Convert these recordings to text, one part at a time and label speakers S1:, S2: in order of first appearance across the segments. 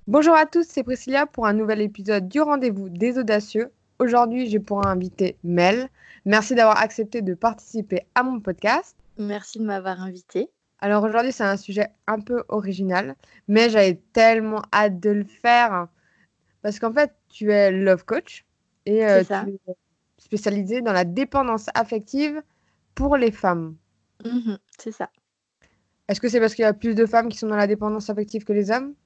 S1: Bonjour à tous, c'est Priscilla pour un nouvel épisode du Rendez-vous des Audacieux. Aujourd'hui, j'ai pour invité Mel. Merci d'avoir accepté de participer à mon podcast.
S2: Merci de m'avoir invitée.
S1: Alors aujourd'hui, c'est un sujet un peu original, mais j'avais tellement hâte de le faire parce qu'en fait, tu es love coach et
S2: C'est ça.
S1: tu es spécialisée dans la dépendance affective pour les femmes.
S2: C'est ça.
S1: Est-ce que c'est parce qu'il y a plus de femmes qui sont dans la dépendance affective que les hommes?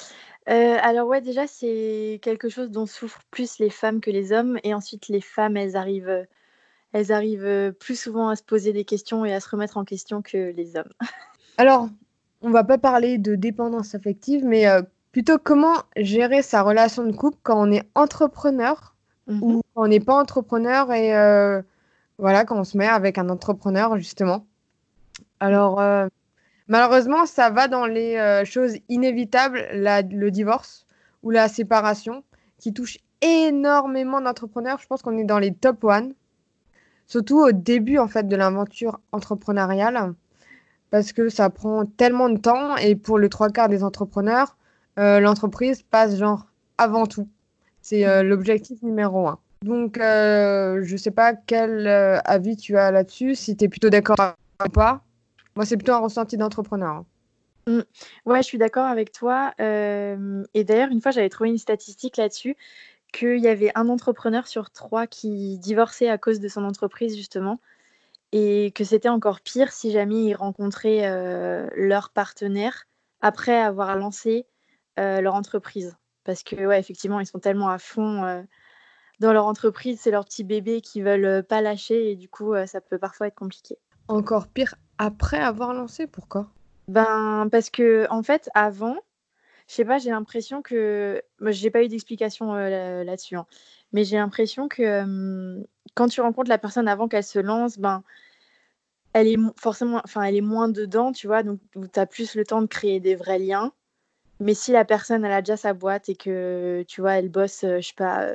S2: Alors ouais, déjà, c'est quelque chose dont souffrent plus les femmes que les hommes et ensuite les femmes, elles arrivent plus souvent à se poser des questions et à se remettre en question que les hommes.
S1: Alors, on va pas parler de dépendance affective, mais plutôt comment gérer sa relation de couple quand on est entrepreneur
S2: Mmh.
S1: ou quand on n'est pas entrepreneur et voilà, quand on se met avec un entrepreneur, justement.
S2: Mmh.
S1: Alors, malheureusement, ça va dans les choses inévitables, le divorce ou la séparation, qui touche énormément d'entrepreneurs. Je pense qu'on est dans les top one, surtout au début en fait de l'aventure entrepreneuriale parce que ça prend tellement de temps et pour le trois quarts des entrepreneurs, l'entreprise passe genre avant tout. C'est
S2: Mmh.
S1: l'objectif numéro un. Donc, je sais pas quel avis tu as là-dessus, si tu es plutôt d'accord ou pas. Moi, c'est plutôt un ressenti d'entrepreneur, hein.
S2: Mmh. Ouais, je suis d'accord avec toi, et d'ailleurs, une fois, j'avais trouvé une statistique là-dessus, qu'il y avait un entrepreneur sur 3 qui divorçait à cause de son entreprise, justement, et que c'était encore pire si jamais ils rencontraient, leur partenaire après avoir lancé, leur entreprise. Parce que, ouais, effectivement, ils sont tellement à fond, dans leur entreprise, c'est leur petit bébé qu'ils veulent, pas lâcher et du coup, ça peut parfois être compliqué.
S1: Encore pire après avoir lancé, pourquoi?
S2: Ben, parce que en fait, avant, je sais pas, j'ai l'impression que moi, j'ai pas eu d'explication, là-dessus, hein, mais j'ai l'impression que, quand tu rencontres la personne avant qu'elle se lance, ben, elle est forcément enfin, elle est moins dedans, tu vois? Donc tu as plus le temps de créer des vrais liens. Mais si la personne, elle a déjà sa boîte et que, tu vois, elle bosse, je sais pas,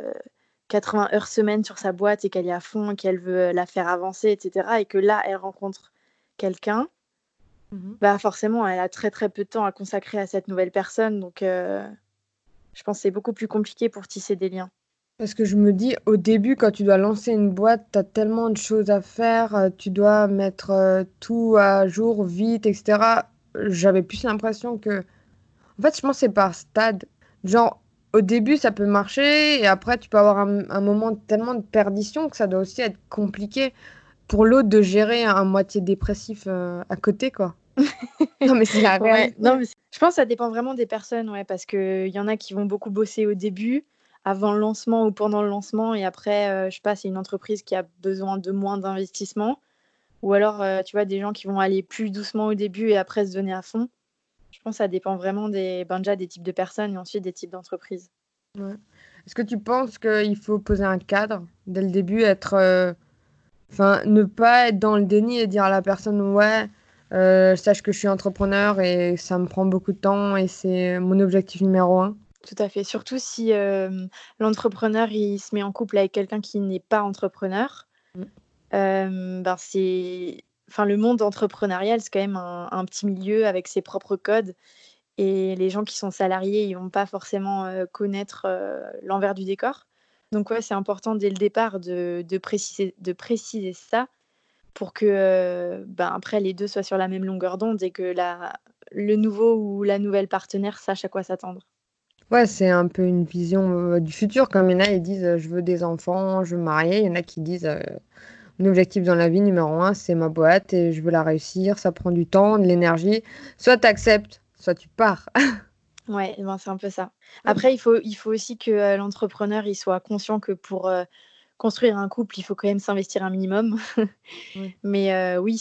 S2: 80 heures semaine sur sa boîte et qu'elle est à fond et qu'elle veut, la faire avancer et cetera et que là, elle rencontre quelqu'un,
S1: Mhm.
S2: bah, forcément, elle a très, très peu de temps à consacrer à cette nouvelle personne donc je pense que c'est beaucoup plus compliqué pour tisser des liens.
S1: Parce que je me dis, au début, quand tu dois lancer une boîte, tu as tellement de choses à faire, tu dois mettre tout à jour vite, etc. J'avais plus l'impression que... En fait, je pense que c'est par stade. Genre, au début, ça peut marcher, et après, tu peux avoir un moment tellement de perdition que ça doit aussi être compliqué pour l'autre de gérer un moitié dépressif à côté, quoi. Non, mais c'est la
S2: Ouais, non,
S1: réalité.
S2: mais je pense que ça dépend vraiment des personnes, ouais, parce qu'il y en a qui vont beaucoup bosser au début, avant le lancement ou pendant le lancement et après, je sais pas, c'est une entreprise qui a besoin de moins d'investissement. Ou alors, tu vois, des gens qui vont aller plus doucement au début et après se donner à fond. Je pense que ça dépend vraiment déjà des types de personnes et ensuite des types d'entreprises.
S1: Ouais. Est-ce que tu penses qu'il faut poser un cadre dès le début, être... Enfin, ne pas être dans le déni et dire à la personne, ouais, sache que je suis entrepreneur et ça me prend beaucoup de temps et c'est mon objectif numéro un.
S2: Tout à fait, surtout si, l'entrepreneur, il se met en couple avec quelqu'un qui n'est pas entrepreneur.
S1: Mm.
S2: Ben, le monde entrepreneurial, c'est quand même un petit milieu avec ses propres codes et les gens qui sont salariés, ils vont pas forcément, connaître, l'envers du décor. Donc ouais, c'est important dès le départ de préciser ça pour que, ben, après les 2 soient sur la même longueur d'onde et que le nouveau ou la nouvelle partenaire sache à quoi s'attendre.
S1: Ouais, c'est un peu une vision du futur. Comme il y en a, ils disent, je veux des enfants, je veux me marier. Il y en a qui disent, mon objectif dans la vie numéro un, c'est ma boîte et je veux la réussir. Ça prend du temps, de l'énergie. Soit tu acceptes, soit tu pars.
S2: Ouais, ben, c'est un peu ça. Après il faut aussi que, l'entrepreneur, il soit conscient que pour, construire un couple, il faut quand même s'investir un minimum.
S1: Ouais.
S2: Mais, oui,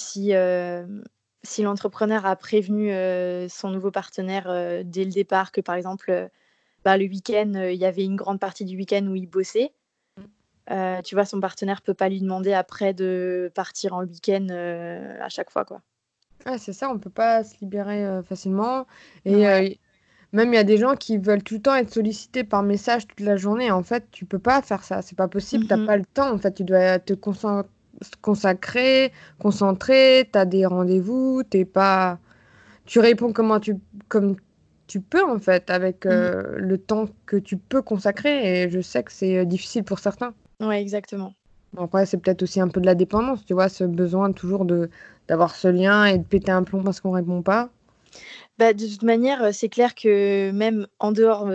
S2: si l'entrepreneur a prévenu, son nouveau partenaire, dès le départ que, par exemple, bah, le week-end, il y avait une grande partie du week-end où il bossait. Tu vois, son partenaire peut pas lui demander après de partir en week-end, à chaque fois, quoi.
S1: Ouais, c'est ça, on peut pas se libérer facilement. Et
S2: Ouais.
S1: même il y a des gens qui veulent tout le temps être sollicités par message toute la journée. En fait, tu peux pas faire ça. C'est pas possible. T'as
S2: Mmh.
S1: pas le temps. En fait, tu dois te consacrer, concentrer. T'as des rendez-vous. T'es pas. Tu réponds comme tu peux en fait, avec
S2: Mmh.
S1: le temps que tu peux consacrer. Et je sais que c'est difficile pour certains.
S2: Ouais, exactement.
S1: Bon, après, c'est peut-être aussi un peu de la dépendance, tu vois, ce besoin toujours d'avoir ce lien et de péter un plomb parce qu'on répond pas.
S2: Bah, de toute manière, c'est clair que même en dehors,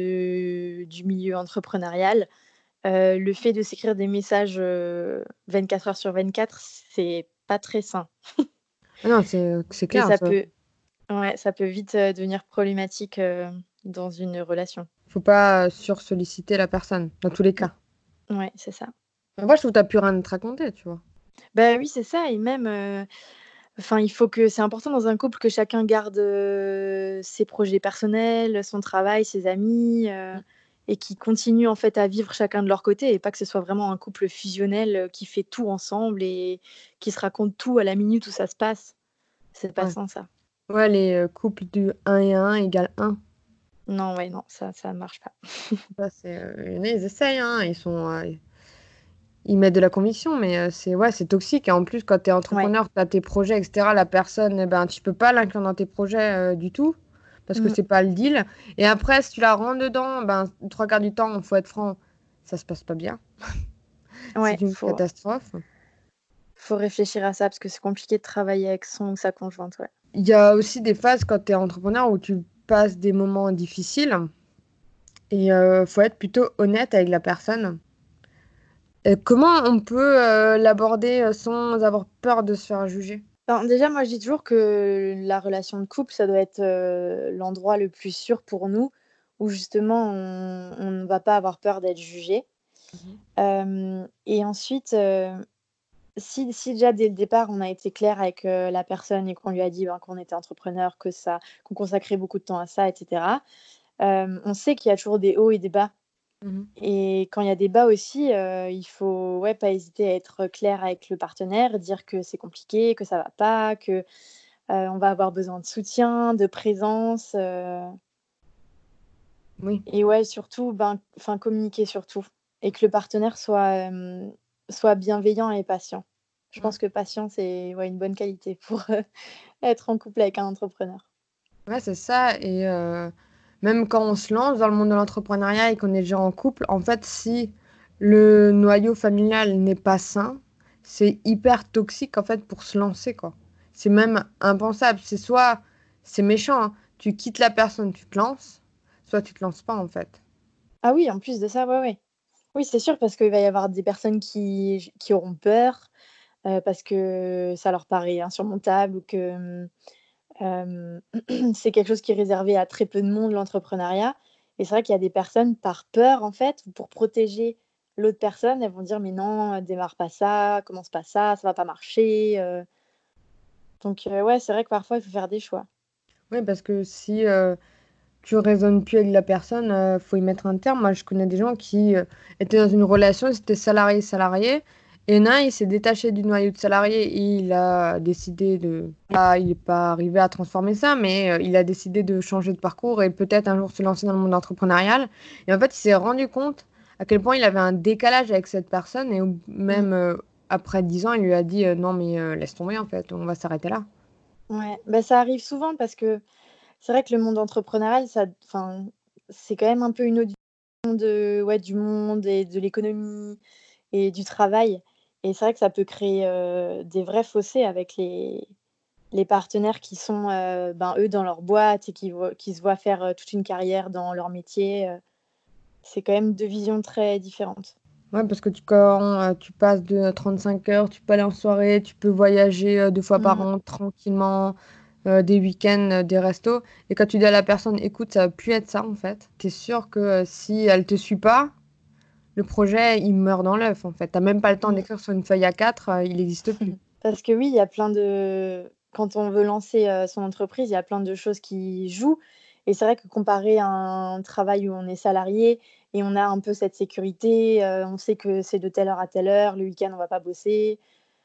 S2: du milieu entrepreneurial, le fait de s'écrire des messages, 24 heures sur 24, c'est pas très sain
S1: Ah non, c'est
S2: et
S1: clair,
S2: ça
S1: ça.
S2: peut ouais, ça peut vite, devenir problématique, dans une relation.
S1: Faut pas sursolliciter la personne, dans tous les
S2: Mmh,
S1: cas.
S2: ouais, c'est ça.
S1: Moi, je trouve que tu plus rien à te raconter, tu vois.
S2: Bah, oui, c'est ça et même, enfin, il faut que c'est important dans un couple que chacun garde, ses projets personnels, son travail, ses amis,
S1: Mmh.
S2: et qui continuent en fait à vivre chacun de leur côté et pas que ce soit vraiment un couple fusionnel, qui fait tout ensemble et qui se raconte tout à la minute où ça se passe. C'est pas
S1: Ouais.
S2: sain ça.
S1: Ouais, les couples du un et un égale un.
S2: Non, ouais, non, ça marche pas.
S1: Ça, c'est, il y en a, ils essayent, hein, ils mettent de la conviction, mais c'est ouais, c'est toxique et en plus, quand tu es
S2: Ouais.
S1: entrepreneur, tu as tes projets et cetera, la personne, eh ben, tu peux pas l'inclure dans tes projets, du tout parce que
S2: Mmh.
S1: c'est pas le deal et après, si tu la rentres dedans, ben, 3/4 du temps, faut être franc, ça se passe pas bien.
S2: Ouais,
S1: C'est une
S2: faut
S1: catastrophe.
S2: faut réfléchir à ça parce que c'est compliqué de travailler avec son ou sa conjointe, ouais.
S1: Il y a aussi des phases quand tu es entrepreneur où tu passes des moments difficiles et faut être plutôt honnête avec la personne. Comment on peut, l'aborder, sans avoir peur de se faire juger?
S2: Ben, déjà, moi, je dis toujours que la relation de couple, ça doit être, l'endroit le plus sûr pour nous, où justement on ne va pas avoir peur d'être jugé.
S1: Mmh mh.
S2: Hem et ensuite, si déjà dès le départ on a été clair avec, la personne et qu'on lui a dit, ben, qu'on était entrepreneur, qu'on consacrait beaucoup de temps à ça et cetera, on sait qu'il y a toujours des hauts et des bas
S1: Mmh.
S2: et quand il y a des bas aussi, il faut, ouais, pas hésiter à être clair avec le partenaire, dire que c'est compliqué, que ça va pas, que, on va avoir besoin de soutien, de présence,
S1: Oui.
S2: et ouais, surtout, ben, enfin communiquer surtout et que le partenaire soit bienveillant et patient. Je
S1: Mmh.
S2: pense que patient, c'est, ouais, une bonne qualité pour, être en couple avec un entrepreneur.
S1: Ouais, c'est ça et même quand on se lance dans le monde de l'entrepreneuriat et qu'on est déjà en couple, en fait, si le noyau familial n'est pas sain, c'est hyper toxique, en fait, pour se lancer, quoi. C'est même impensable. C'est méchant, hein, tu quittes la personne, tu te lances, soit tu te lances pas, en fait.
S2: Ah oui, en plus de ça, ouais, ouais. Oui, c'est sûr parce qu'il va y avoir des personnes qui auront peur, parce que ça leur paraît insurmontable ou que, c'est quelque chose qui est réservé à très peu de monde, l'entrepreneuriat et c'est vrai qu'il y a des personnes par peur, en fait, ou pour protéger l'autre personne, elles vont dire: «Mais non, démarre pas ça, commence pas ça va pas marcher», donc ouais, c'est vrai que parfois il faut faire des choix.
S1: Oui, parce que si, tu raisonnes plus avec la personne, faut y mettre un terme. Moi, je connais des gens qui, étaient dans une relation, ils étaient salariés et l'un, il s'est détaché du noyau de salariés et il a décidé il est pas arrivé à transformer ça, mais, il a décidé de changer de parcours et peut-être un jour se lancer dans le monde entrepreneurial et en fait, il s'est rendu compte à quel point il avait un décalage avec cette personne et ou
S2: Mmh.
S1: même, après 10 ans, il lui a dit: «Non mais, laisse tomber en fait, on va s'arrêter là».
S2: Ouais, bah, ça arrive souvent parce que c'est vrai que le monde entrepreneurial, ça enfin, c'est quand même un peu une autre vision de ouais, du monde et de l'économie et du travail et c'est vrai que ça peut créer, des vrais fossés avec les partenaires qui sont, ben, eux, dans leur boîte et qui se voient faire, toute une carrière dans leur métier, c'est quand même 2 visions très différentes.
S1: Ouais, parce que quand, tu passes de 35 heures, tu peux aller en soirée, tu peux voyager, 2 fois par
S2: Mmh.
S1: an tranquillement, des week-ends, des restos et quand tu dis à la personne: «Écoute, ça va plus être ça, en fait», tu es sûr que, si elle te suit pas, le projet, il meurt dans l'œuf, en fait. Tu as même pas le temps
S2: Mmh.
S1: d'écrire sur une feuille A4, il existe plus.
S2: Parce que oui, il y a plein de quand on veut lancer, son entreprise, il y a plein de choses qui jouent et c'est vrai que comparé à un travail où on est salarié et on a un peu cette sécurité, on sait que c'est de telle heure à telle heure, le week-end on va pas bosser,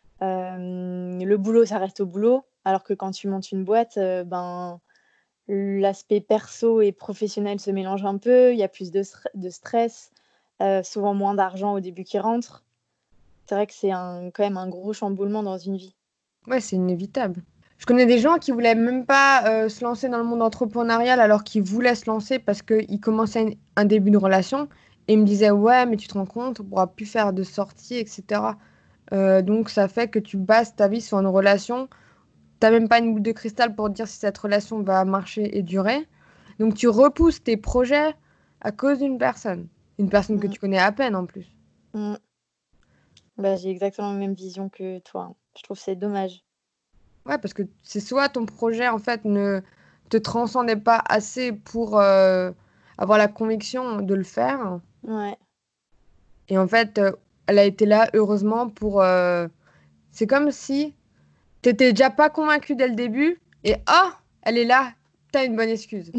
S2: le boulot ça reste au boulot. Alors que quand tu montes une boîte, ben, l'aspect perso et professionnel se mélangent un peu, il y a plus de stress, souvent moins d'argent au début qui rentre. C'est vrai que c'est quand même un gros chamboulement dans une vie.
S1: Ouais, c'est inévitable. Je connais des gens qui voulaient même pas se lancer dans le monde entrepreneurial alors qu'ils voulaient se lancer parce qu'ils commençaient un début de relation et ils me disaient ouais mais tu te rends compte on pourra plus faire de sorties etc. Donc ça fait que tu bases ta vie sur une relation. T'as même pas une boule de cristal pour dire si cette relation va marcher et durer. Donc tu repousses tes projets à cause d'une personne. Une personne que
S2: Mm,
S1: tu connais à peine en plus.
S2: mm. Bah, j'ai exactement la même vision que toi, hein. Je trouve que c'est dommage.
S1: Ouais, parce que c'est soit ton projet en fait ne te transcendait pas assez pour avoir la conviction de le faire.
S2: Ouais.
S1: Et en fait, elle a été là heureusement pour... c'est comme si t'étais déjà pas convaincu dès le début et ah, elle est là, t'as une bonne excuse.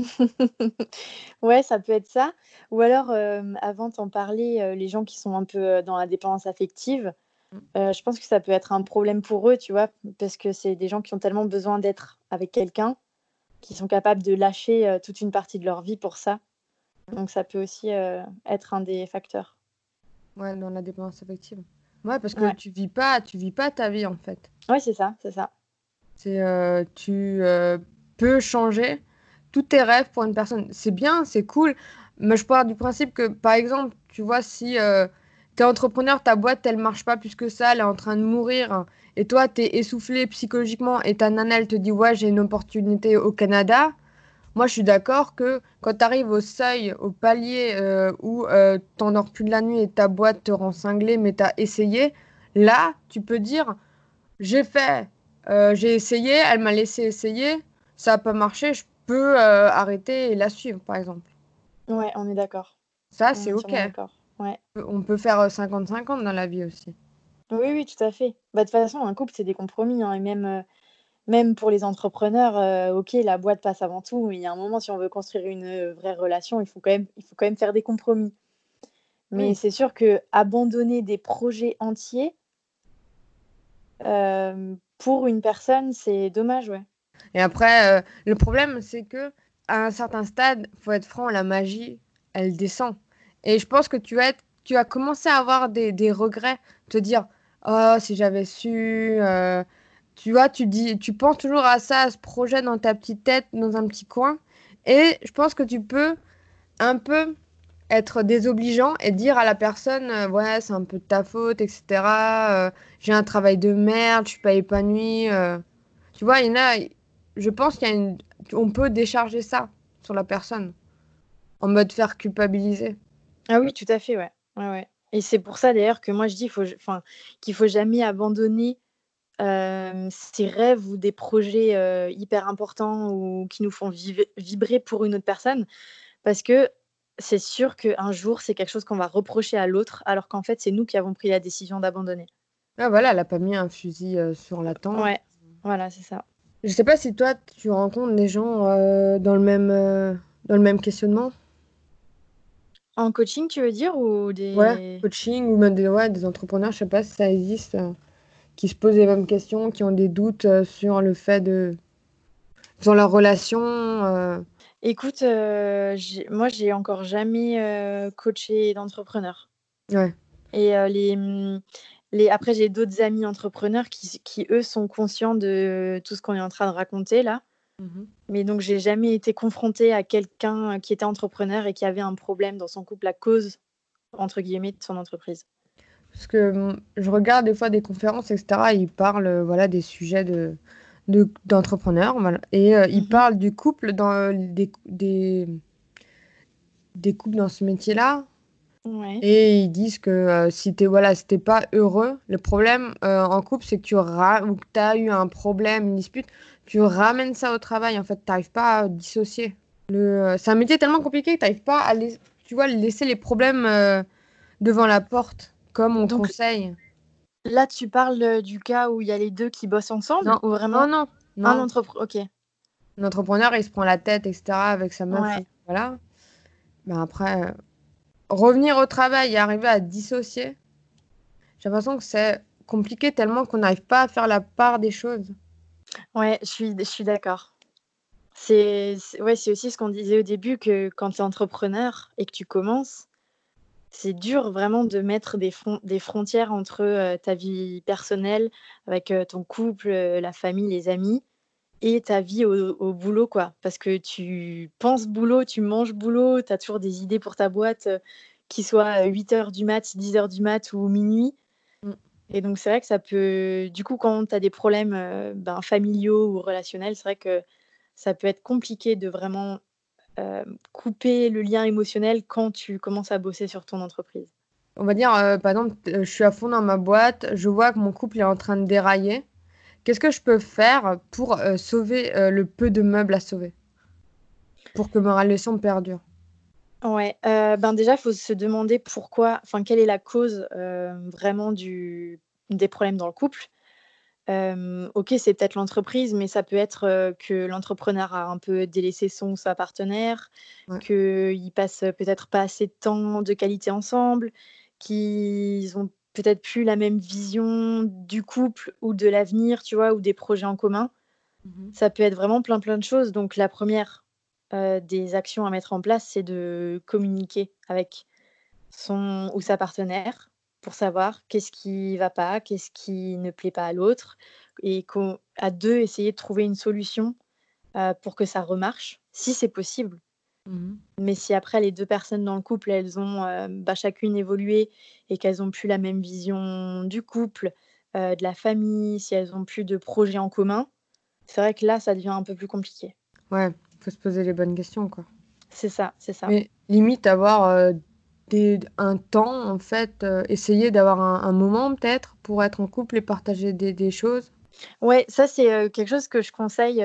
S2: Ouais, ça peut être ça. Ou alors, avant, tu parlais, les gens qui sont un peu, dans la dépendance affective, je pense que ça peut être un problème pour eux, tu vois? Parce que c'est des gens qui ont tellement besoin d'être avec quelqu'un, qu'ils sont capables de lâcher, toute une partie de leur vie pour ça. Donc ça peut aussi, être un des facteurs.
S1: Ouais, dans la dépendance affective. Ouais, parce que
S2: Ouais.
S1: tu vis pas ta vie en fait.
S2: Ouais, c'est ça, c'est ça.
S1: C'est tu peux changer tous tes rêves pour une personne. C'est bien, c'est cool. Mais je pars du principe que, par exemple, tu vois, si tu es entrepreneur, ta boîte, elle marche pas plus que ça, elle est en train de mourir, hein, et toi, tu es essoufflé psychologiquement, et ta nana, elle te dit, ouais, j'ai une opportunité au Canada. Moi, je suis d'accord que quand tu arrives au seuil, au palier où t'endors plus de la nuit et ta boîte te rend cinglé, mais tu as essayé, là, tu peux dire, j'ai fait, j'ai essayé, elle m'a laissé essayer, ça n'a pas marché, je peux arrêter et la suivre, par exemple.
S2: Ouais, on est d'accord.
S1: Ça,
S2: On
S1: c'est
S2: est
S1: OK.
S2: entièrement d'accord. Ouais.
S1: On peut faire 50-50 dans la vie aussi.
S2: Oui, oui, tout à fait. Bah, de toute façon, un couple, c'est des compromis, hein, et même pour les entrepreneurs, OK, la boîte passe avant tout, mais il y a un moment, si on veut construire une, vraie relation, il faut quand même faire des compromis. Mais
S1: Oui.
S2: c'est sûr que abandonner des projets entiers, pour une personne, c'est dommage, ouais.
S1: Et après, le problème, c'est que à un certain stade, faut être franc, la magie, elle descend. Et je pense que tu as commencé à avoir des regrets, te dire, oh, si j'avais su, tu vois, tu penses toujours à ça, à ce projet dans ta petite tête, dans un petit coin. Et je pense que tu peux un peu être désobligeant et dire à la personne, ouais, c'est un peu de ta faute, etc. J'ai un travail de merde, je suis pas épanouie. Tu vois, il y en a, je pense on peut décharger ça sur la personne en mode faire culpabiliser.
S2: Ah oui, tout à fait, ouais. Ouais, ouais, et c'est pour ça d'ailleurs que moi je dis, qu'il faut jamais abandonner, ses rêves ou des projets, hyper importants ou qui nous font vibrer pour une autre personne. Parce que c'est sûr qu'un jour, c'est quelque chose qu'on va reprocher à l'autre, alors qu'en fait, c'est nous qui avons pris la décision d'abandonner.
S1: Ah voilà, elle a pas mis un fusil sur la tempe.
S2: Ouais, voilà, c'est ça.
S1: Je sais pas si toi, tu rencontres des gens dans le même questionnement.
S2: En coaching, tu veux dire ou
S1: Ouais,
S2: des
S1: coaching ou même ouais, des entrepreneurs, je sais pas si ça existe, qui se posent les mêmes questions, qui ont des doutes sur le fait de sur leur relation.
S2: écoute, j'ai encore jamais, coaché d'entrepreneur
S1: Ouais.
S2: et après j'ai d'autres amis entrepreneurs qui eux sont conscients de tout ce qu'on est en train de raconter là.
S1: Mhm.
S2: Mais donc j'ai jamais été confrontée à quelqu'un, qui était entrepreneur et qui avait un problème dans son couple à cause, entre guillemets, de son entreprise.
S1: Parce que je regarde des fois des conférences, etc. Ils parlent voilà, des sujets d'entrepreneurs. Voilà. Et ils
S2: Mmh.
S1: parlent du couple dans des couples dans ce métier-là.
S2: Ouais.
S1: Et ils disent que si t'es voilà, si t'es pas heureux, le problème en couple, c'est que ou que tu as eu un problème, une dispute, tu ramènes ça au travail. En fait, t'arrives pas à dissocier. C'est un métier tellement compliqué que t'arrives pas à tu vois, laisser les problèmes devant la porte, comme on
S2: Donc
S1: conseille.
S2: là, tu parles, du cas où il y a les 2 qui bossent ensemble
S1: Non,
S2: ou
S1: non,
S2: vraiment
S1: non,
S2: un
S1: non.
S2: OK.
S1: L'entrepreneur, il se prend la tête, etc., avec sa meuf.
S2: Ouais.
S1: Voilà. Ben après, revenir au travail et arriver à dissocier, j'ai l'impression que c'est compliqué tellement qu'on n'arrive pas à faire la part des choses.
S2: Ouais, je suis d'accord. C'est aussi ce qu'on disait au début, que quand tu es entrepreneur et que tu commences, c'est dur vraiment de mettre des frontières entre, ta vie personnelle avec, ton couple, la famille, les amis. et ta vie au boulot, quoi. Parce que tu penses boulot, tu manges boulot, tu as toujours des idées pour ta boîte, qui soient 8 heures du mat, 10 heures du mat ou minuit.
S1: Mm.
S2: Et donc c'est vrai que ça peut du coup, quand tu as des problèmes, familiaux ou relationnels, c'est vrai que ça peut être compliqué de vraiment, couper le lien émotionnel quand tu commences à bosser sur ton entreprise.
S1: On va dire, par exemple, je suis à fond dans ma boîte, je vois que mon couple est en train de dérailler. Qu'est-ce que je peux faire pour sauver le peu de meubles à sauver? Pour que ma relation perdure.
S2: Ouais, déjà, il faut se demander pourquoi enfin, quelle est la cause, vraiment des problèmes dans le couple. OK, c'est peut-être l'entreprise, mais ça peut être, que l'entrepreneur a un peu délaissé son ou sa partenaire,
S1: Ouais.
S2: qu'ils passent, peut-être pas assez de temps de qualité ensemble, qu'ils ont peut-être plus la même vision du couple ou de l'avenir, tu vois? Ou des projets en commun.
S1: Mhm.
S2: Ça peut être vraiment plein, plein de choses. Donc la première des actions à mettre en place, c'est de communiquer avec son ou sa partenaire pour savoir qu'est-ce qui va pas, qu'est-ce qui ne plaît pas à l'autre et qu'à 2 essayer de trouver une solution, pour que ça remarche, si c'est possible.
S1: Mhm.
S2: Mais si après les 2 personnes dans le couple, elles ont, chacune évolué et qu'elles ont plus la même vision du couple, de la famille, si elles ont plus de projets en commun, c'est vrai que là, ça devient un peu plus compliqué.
S1: Ouais, faut se poser les bonnes questions, quoi.
S2: C'est ça, c'est ça.
S1: Mais limite avoir un temps, en fait, essayer d'avoir un moment peut-être pour être en couple et partager des choses.
S2: Ouais, ça c'est, quelque chose que je conseille,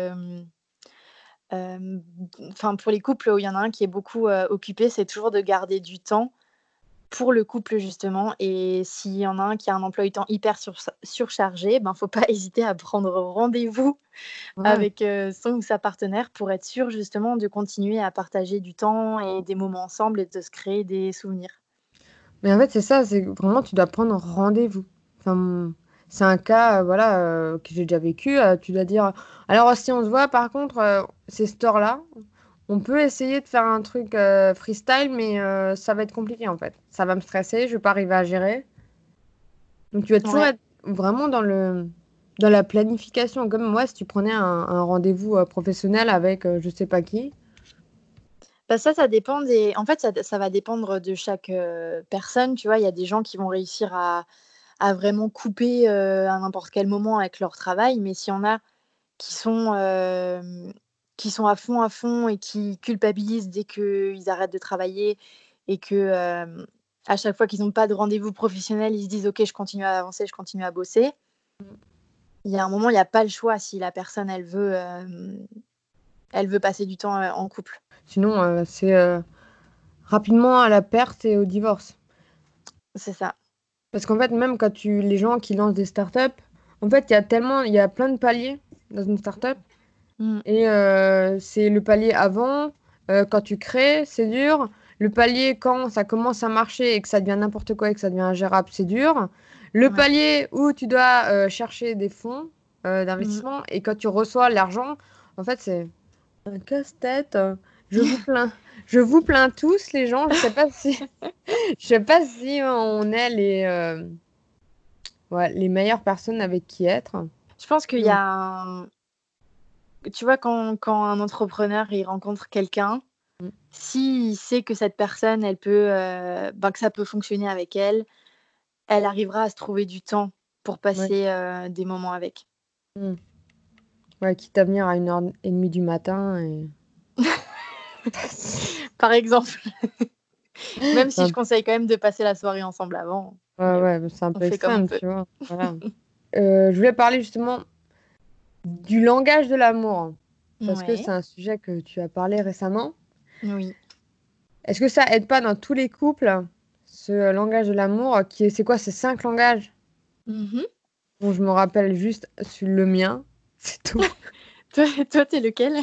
S2: enfin pour les couples où il y en a un qui est beaucoup, occupé, c'est toujours de garder du temps pour le couple justement et s'il y en a un qui a un emploi du temps hyper surchargé, ben, faut pas hésiter à prendre rendez-vous
S1: Ouais.
S2: avec, son ou sa partenaire pour être sûr justement de continuer à partager du temps et des moments ensemble et de se créer des souvenirs.
S1: Mais en fait, c'est ça, c'est que vraiment, tu dois prendre rendez-vous. Enfin, c'est un cas, voilà, que j'ai déjà vécu. Tu dois dire, alors si on se voit, par contre, c'est cette heure-là, on peut essayer de faire un truc freestyle, mais ça va être compliqué en fait. Ça va me stresser, je vais pas arriver à gérer. Donc tu vas toujours
S2: Ouais.
S1: être vraiment dans la planification. Comme moi, si tu prenais un rendez-vous professionnel avec je sais pas qui.
S2: Bah, ça dépend des en fait, ça va dépendre de chaque, personne, tu vois? Il y a des gens qui vont réussir à vraiment couper, à n'importe quel moment avec leur travail, mais s'il y en a qui sont, qui sont à fond et qui culpabilisent dès qu'ils arrêtent de travailler et que, à chaque fois qu'ils n'ont pas de rendez-vous professionnel, ils se disent: «OK, je continue à avancer, je continue à bosser». Il y a un moment, il y a pas le choix si la personne, elle veut passer du temps, en couple.
S1: Sinon, c'est rapidement à la perte et au divorce.
S2: C'est ça.
S1: Parce qu'en fait, même quand les gens qui lancent des startups, en fait, il y a plein de paliers dans une startup.
S2: Mmh.
S1: Et c'est le palier avant, quand tu crées, c'est dur. Le palier quand ça commence à marcher et que ça devient n'importe quoi et que ça devient ingérable, c'est dur. Le
S2: Ouais.
S1: palier où tu dois chercher des fonds
S2: Mmh.
S1: d'investissement et quand tu reçois l'argent, en fait, c'est un casse-tête. Je vous plains. Je vous plains tous, les gens. Je sais pas si on est ouais, les meilleures personnes avec qui être.
S2: Je pense qu'il y
S1: Non.
S2: a un tu vois, quand un entrepreneur, il rencontre quelqu'un,
S1: Mm.
S2: s'il sait que cette personne, elle peut, que ça peut fonctionner avec elle, elle arrivera à se trouver du temps pour
S1: Ouais.
S2: passer, des moments avec.
S1: Mm. Ouais, quitte à venir à 1h30 du matin et
S2: Par exemple, même si je
S1: enfin,
S2: conseille quand même de passer la soirée ensemble avant,
S1: ouais,
S2: mais bon,
S1: ouais, bah, c'est un
S2: on
S1: peu
S2: fait comme on
S1: extrême,
S2: peut.
S1: tu vois? Voilà. Je voulais parler justement du langage de l'amour, parce que
S2: Ouais,
S1: c'est un sujet que tu as parlé récemment.
S2: oui.
S1: Est-ce que ça aide pas dans tous les couples, ce langage de l'amour qui est c'est quoi? C'est 5 langages?
S2: Mmh.
S1: Bon, je me rappelle juste le mien, c'est tout.
S2: Toi, tu lequel?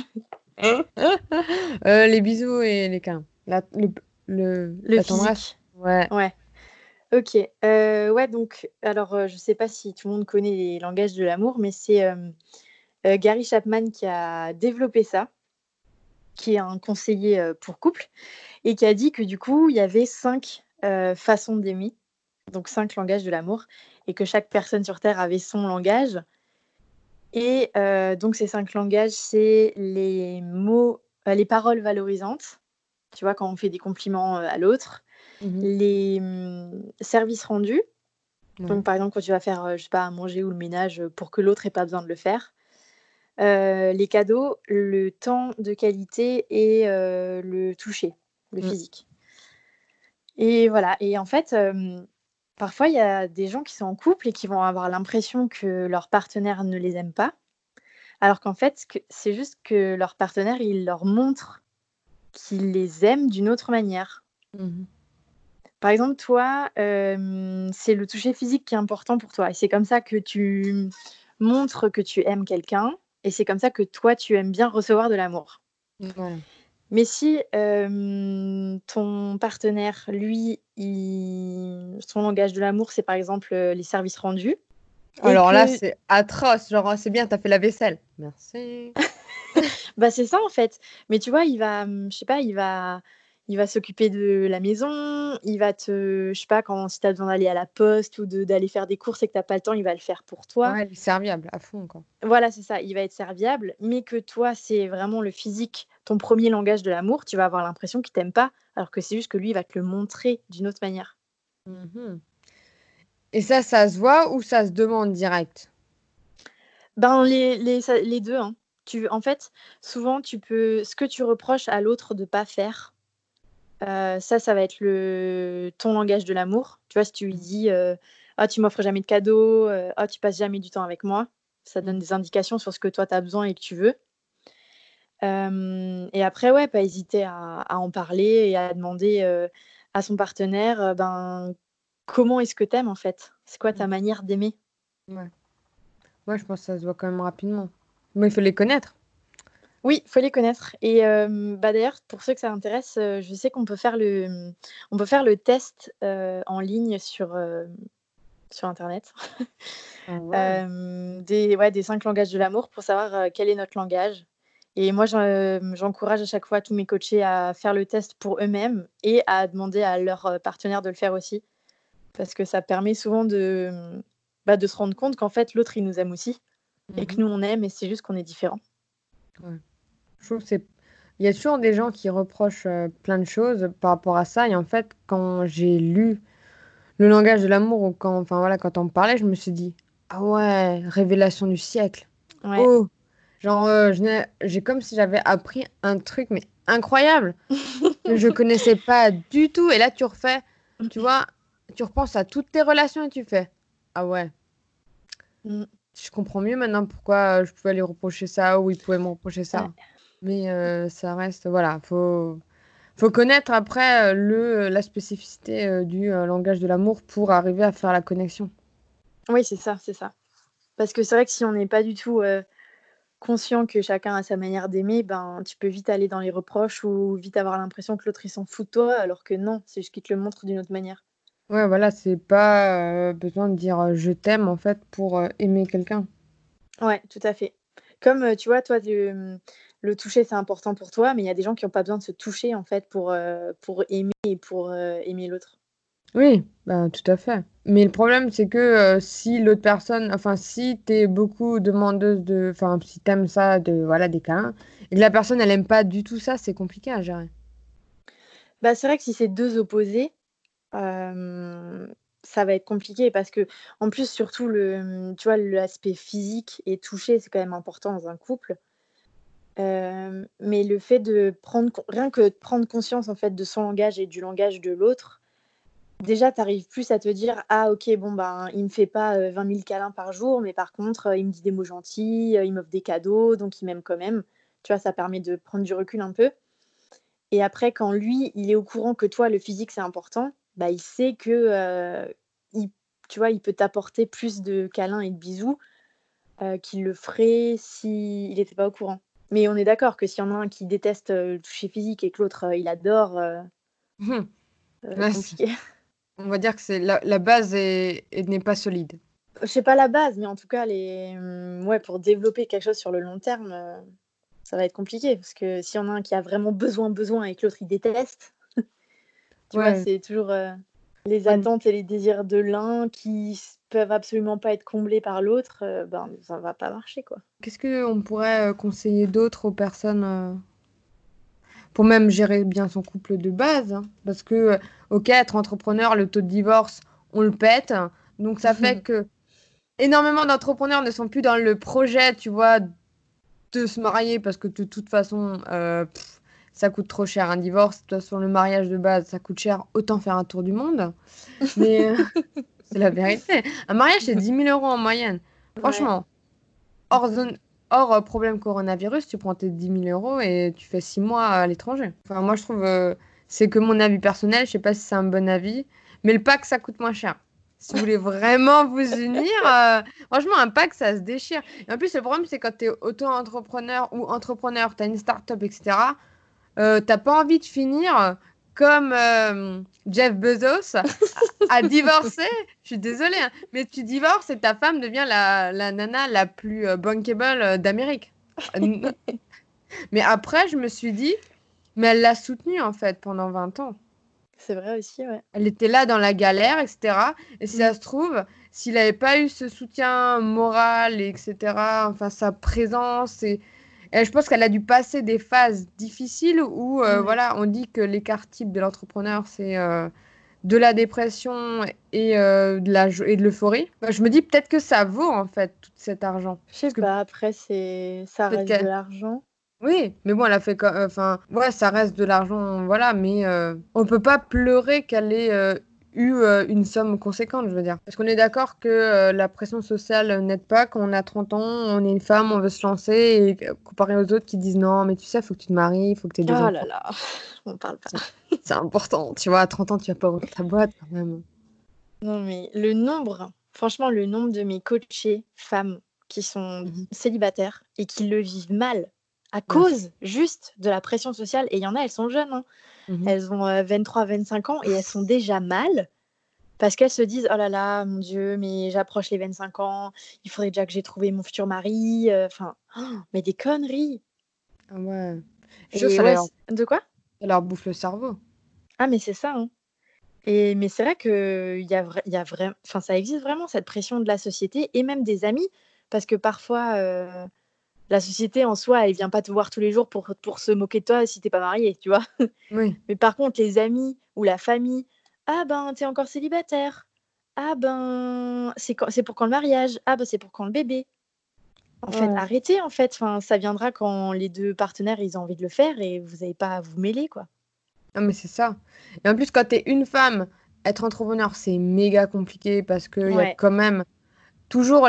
S1: Les bisous et les câlins.
S2: Le
S1: La tendresse.
S2: physique?
S1: Ouais.
S2: Ouais, OK. Ouais, donc alors, je sais pas si tout le monde connaît les langages de l'amour, mais c'est, Gary Chapman qui a développé ça, qui est un conseiller, pour couple et qui a dit que du coup, il y avait 5 façons d'aimer, donc 5 langages de l'amour et que chaque personne sur terre avait son langage Et donc ces 5 langages, c'est les mots, les paroles valorisantes, tu vois? Quand on fait des compliments, à l'autre.
S1: Mmh.
S2: Les, services rendus,
S1: Ouais.
S2: donc par exemple quand tu vas faire, je sais pas, à manger ou le ménage, pour que l'autre ait pas besoin de le faire. Les cadeaux, le temps de qualité et le toucher, le
S1: Mmh.
S2: physique. Et voilà et en fait, parfois il y a des gens qui sont en couple et qui vont avoir l'impression que leur partenaire ne les aime pas, alors qu'en fait, que c'est juste que leur partenaire, il leur montre qu'il les aime d'une autre manière.
S1: Mmh.
S2: Par exemple, toi, c'est le toucher physique qui est important pour toi et c'est comme ça que tu montres que tu aimes quelqu'un et c'est comme ça que toi, tu aimes bien recevoir de l'amour.
S1: Voilà.
S2: Mais si, ton partenaire, lui, son langage de l'amour, c'est par exemple, les services rendus et
S1: Alors là,
S2: que
S1: c'est atroce, genre: «C'est bien, tu as fait la vaisselle». Merci.
S2: bah, c'est ça, en fait. Mais tu vois, je sais pas, il va s'occuper de la maison, il va te je sais pas, quand si tu as besoin d'aller à la poste ou d'aller faire des courses et que tu as pas le temps, il va le faire pour toi.
S1: Ouais, il est serviable à fond, quoi.
S2: Voilà, c'est ça, il va être serviable, mais que toi, c'est vraiment le physique, ton premier langage de l'amour, tu vas avoir l'impression qu'il t'aime pas, alors que c'est juste que lui, il va te le montrer d'une autre manière.
S1: Mmh. Et ça se voit ou ça se demande direct?
S2: Ben, les 2, hein. En fait, souvent, ce que tu reproches à l'autre de pas faire, ça va être ton langage de l'amour. Tu vois, si tu lui dis, «Ah, tu m'offres jamais de cadeaux», «Ah, tu passes jamais du temps avec moi», ça donne
S1: Mmh.
S2: des indications sur ce que toi, tu as besoin et que tu veux. Et après, ouais, pas hésiter à en parler et à demander, à son partenaire, ben, comment est-ce que t'aimes en fait? C'est quoi ta
S1: Mmh.
S2: manière d'aimer?
S1: Ouais. Ouais, je pense que ça se voit quand même rapidement. Mais il faut les connaître.
S2: Oui, faut les connaître et bah, d'ailleurs, pour ceux que ça intéresse, je sais qu'on peut faire on peut faire le test, en ligne sur internet.
S1: Ah ouais.
S2: Des 5 langages de l'amour pour savoir, quel est notre langage et moi, j'encourage à chaque fois tous mes coachés à faire le test pour eux-mêmes et à demander à leur, partenaire de le faire aussi. Parce que ça permet souvent bah, de se rendre compte qu'en fait, l'autre, il nous aime aussi et que
S1: Mmh.
S2: nous, on aime et c'est juste qu'on est différents.
S1: Ouais. Je trouve que c'est il y a toujours des gens qui reprochent, plein de choses par rapport à ça et en fait, quand j'ai lu le langage de l'amour ou quand enfin voilà, quand on me parlait, je me suis dit: «Ah ouais, révélation du siècle.
S2: Ouais.
S1: Oh!» Genre, j'ai comme si j'avais appris un truc mais incroyable, que je connaissais pas du tout et là tu refais, tu vois? Tu repenses à toutes tes relations et tu fais: «Ah ouais,
S2: Mmh.
S1: je comprends mieux maintenant pourquoi, je pouvais lui reprocher ça ou il pouvait me reprocher
S2: Ouais.
S1: ça». Mais ça reste voilà, faut connaître après, la spécificité, du, langage de l'amour pour arriver à faire la connexion.
S2: Oui, c'est ça, c'est ça. Parce que c'est vrai que si on n'est pas du tout, conscient que chacun a sa manière d'aimer, ben, tu peux vite aller dans les reproches ou vite avoir l'impression que l'autre, il s'en fout de toi, alors que non, c'est juste qu'il te le montre d'une autre manière.
S1: Ouais, voilà, c'est pas, besoin de dire, «Je t'aime» en fait pour, aimer quelqu'un.
S2: Ouais, tout à fait. Comme, tu vois, toi, le toucher, c'est important pour toi, mais il y a des gens qui ont pas besoin de se toucher, en fait, pour aimer et pour, aimer l'autre.
S1: Oui, bah, tout à fait. Mais le problème, c'est que, si l'autre personne enfin, si tu es beaucoup demandeuse de enfin, si tu aimes ça, de voilà, des câlins et que la personne, elle aime pas du tout ça, c'est compliqué à gérer.
S2: Bah, c'est vrai que si c'est 2 opposés, hem, ça va être compliqué parce que en plus, surtout tu vois, l'aspect physique et toucher, c'est quand même important dans un couple. Mais le fait de rien que de prendre conscience, en fait, de son langage et du langage de l'autre, déjà, tu arrives plus à te dire: «Ah OK, bon, ben, il me fait pas, 20 000 câlins par jour, mais par contre, il me dit des mots gentils, il m'offre des cadeaux, donc il m'aime quand même». Tu vois, ça permet de prendre du recul un peu et après quand lui, il est au courant que toi, le physique, c'est important, bah, il sait que, il tu vois, il peut t'apporter plus de câlins et de bisous, qu'il le ferait s'il était pas au courant. Mais on est d'accord que s'il y en a un qui déteste, le toucher physique et que l'autre, il adore,
S1: Mmh. Ouais, c'est
S2: compliqué.
S1: on va dire que c'est la base n'est pas solide.
S2: Je sais pas la base, mais en tout cas ouais, pour développer quelque chose sur le long terme, ça va être compliqué parce que s'il y en a un qui a vraiment besoin et que l'autre il déteste, tu vois?
S1: Ouais,
S2: C'est toujours, Les
S1: Ouais.
S2: attentes et les désirs de l'un qui peuvent absolument pas être comblés par l'autre, ben, ça va pas marcher, quoi.
S1: Qu'est-ce qu'on pourrait conseiller d'autre aux personnes pour même gérer bien son couple de base, hein? Parce que, ok, être entrepreneur, le taux de divorce, on le pète. Donc ça fait que énormément d'entrepreneurs ne sont plus dans le projet, tu vois, de se marier parce que de toute façon, ça coûte trop cher un divorce. De toute façon, le mariage de base, ça coûte cher. Autant faire un tour du monde. Mais c'est la vérité. Un mariage, c'est 10 000 € en moyenne.
S2: Ouais.
S1: Franchement, hors zone, hors problème coronavirus, tu prends tes 10 000 € et tu fais 6 mois à l'étranger. Enfin, moi, je trouve, c'est que mon avis personnel, je sais pas si c'est un bon avis, mais le pack, ça coûte moins cher. Si vous voulez vraiment vous unir, franchement, un pack, ça se déchire. Et en plus, le problème, c'est quand tu es auto-entrepreneur ou entrepreneur, tu as une start-up, etc., t'as pas envie de finir comme Jeff Bezos à divorcer. Je suis désolée, hein, mais tu divorces et ta femme devient la nana la plus bankable d'Amérique. Mais après, je me suis dit, mais elle l'a soutenue en fait pendant 20 ans.
S2: C'est vrai aussi, ouais.
S1: Elle était là dans la galère, etc. Et si
S2: Mmh.
S1: ça se trouve, s'il n'avait pas eu ce soutien moral, etc., enfin sa présence, et je pense qu'elle a dû passer des phases difficiles où,
S2: Ouais.
S1: voilà, on dit que l'écart type de l'entrepreneur, c'est de la dépression et de l'euphorie. Bah, je me dis peut-être que ça vaut en fait tout cet argent.
S2: Je sais
S1: Parce que
S2: pas, après ça
S1: peut-être
S2: reste de
S1: que
S2: l'argent.
S1: oui, mais bon, elle a fait enfin, ouais, ça reste de l'argent, voilà, mais on peut pas pleurer qu'elle ait eu une somme conséquente, je veux dire. Parce qu'on est d'accord que la pression sociale n'aide pas. Quand on a 30 ans, on est une femme, on veut se lancer, et comparé aux autres qui disent non, mais tu sais, il faut que tu te maries, il faut que tu aies des
S2: Oh là
S1: enfants.
S2: là, on parle pas.
S1: C'est c'est important, tu vois, à 30 ans, tu vas pas ouvrir ta boîte quand même.
S2: Non, mais franchement, le nombre de mes coachées femmes qui sont
S1: Mhm.
S2: célibataires et qui le vivent mal à
S1: Ouais.
S2: cause juste de la pression sociale et il y en a, elles sont jeunes, hein.
S1: Mhm.
S2: Elles ont, 23-25 ans et elles sont déjà mal parce qu'elles se disent: «Oh là là, mon Dieu, mais j'approche les 25 ans, il faudrait déjà que j'ai trouvé mon futur mari», enfin, mais des conneries.
S1: Ah ouais. Je suis sûre que
S2: Et ouais, de quoi?
S1: ça leur bouffe le cerveau.
S2: Ah mais c'est ça, hein. Mais c'est vrai qu'il y a vraim enfin, ça existe vraiment cette pression de la société et même des amis parce que parfois, la société en soi, elle vient pas te voir tous les jours pour se moquer de toi si tu es pas marié, tu vois?
S1: Oui.
S2: Mais par contre, les amis ou la famille: «Ah ben, tu es encore célibataire. Ah ben, c'est pour quand le mariage? Ah ben, c'est pour quand le bébé?» En fait,
S1: Ouais.
S2: arrêtez, en fait, enfin, ça viendra quand les 2 partenaires, ils ont envie de le faire et vous avez pas à vous mêler, quoi.
S1: Ah, mais c'est ça. Et en plus, quand tu es une femme, être entrepreneur, c'est méga compliqué parce qu'il y a
S2: Ouais,
S1: quand même toujours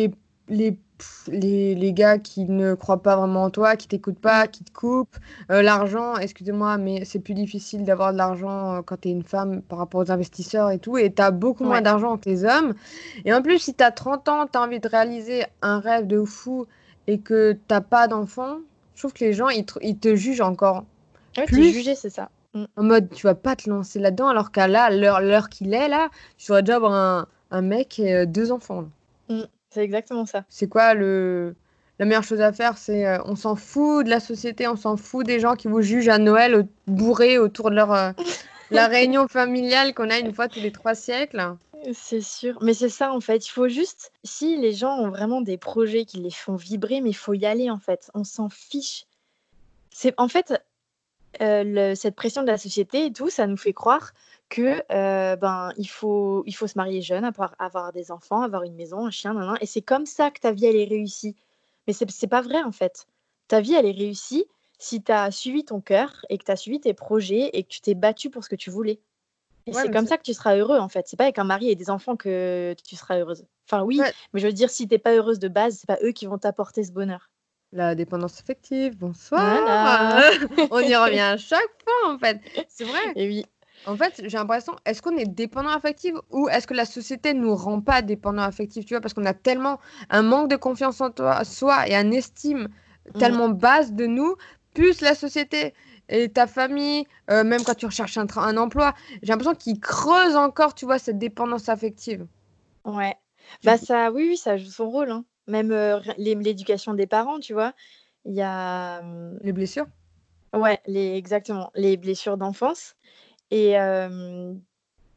S1: les gars qui ne croient pas vraiment en toi, qui t'écoutent pas,
S2: mmh,
S1: qui te coupent. L'argent, excusez-moi, mais c'est plus difficile d'avoir de l'argent quand tu es une femme par rapport aux investisseurs et tout. Et tu as beaucoup moins
S2: ouais,
S1: d'argent que les hommes. Et en plus, si tu as 30 ans, tu as envie de réaliser un rêve de fou et que t'as pas d'enfant, je trouve que les gens, ils te jugent encore
S2: ouais, tu es
S1: plus
S2: jugé, c'est ça. Mmh.
S1: en mode, tu vas pas te lancer là-dedans, alors qu'à là, l'heure qu'il est, là, tu devrais déjà avoir un mec et 2 enfants, là.
S2: Mmh, c'est exactement ça.
S1: C'est quoi la meilleure chose à faire? C'est on s'en fout de la société, on s'en fout des gens qui vous jugent à Noël bourrés autour de la réunion familiale qu'on a une fois tous les 3 siècles.
S2: C'est sûr, mais c'est ça, en fait, il faut juste si les gens ont vraiment des projets qui les font vibrer, mais il faut y aller, en fait, on s'en fiche. C'est en fait, le cette pression de la société et tout, ça nous fait croire que, ben, il faut se marier jeune, avoir des enfants, avoir une maison, un chien, nin nin et c'est comme ça que ta vie, elle est réussie. Mais c'est pas vrai, en fait. Ta vie, elle est réussie si tu as suivi ton cœur et que tu as suivi tes projets et que tu t'es battu pour ce que tu voulais. Et
S1: Ouais,
S2: c'est
S1: mais
S2: comme ça que tu seras heureux, en fait. C'est pas avec un mari et des enfants que tu seras heureuse. Enfin oui,
S1: ouais,
S2: mais je veux dire si tu es pas heureuse de base, c'est pas eux qui vont t'apporter ce bonheur.
S1: la dépendance affective, bonsoir.
S2: Voilà.
S1: On y revient à chaque fois, en fait. C'est vrai.
S2: Et oui.
S1: En fait, j'ai l'impression, est-ce qu'on est dépendant affectif ou est-ce que la société nous rend pas dépendant affectif, tu vois, parce qu'on a tellement un manque de confiance en soi et un estime
S2: Mmh.
S1: tellement basse de nous, plus la société et ta famille, même quand tu recherches un emploi, j'ai l'impression qu'ils creusent encore, tu vois, cette dépendance affective.
S2: Ouais.
S1: Tu-
S2: Bah, ça oui, oui, ça joue son rôle, hein. Même, l'éducation des parents, tu vois? Il y a,
S1: Les blessures?
S2: ouais, exactement, les blessures d'enfance et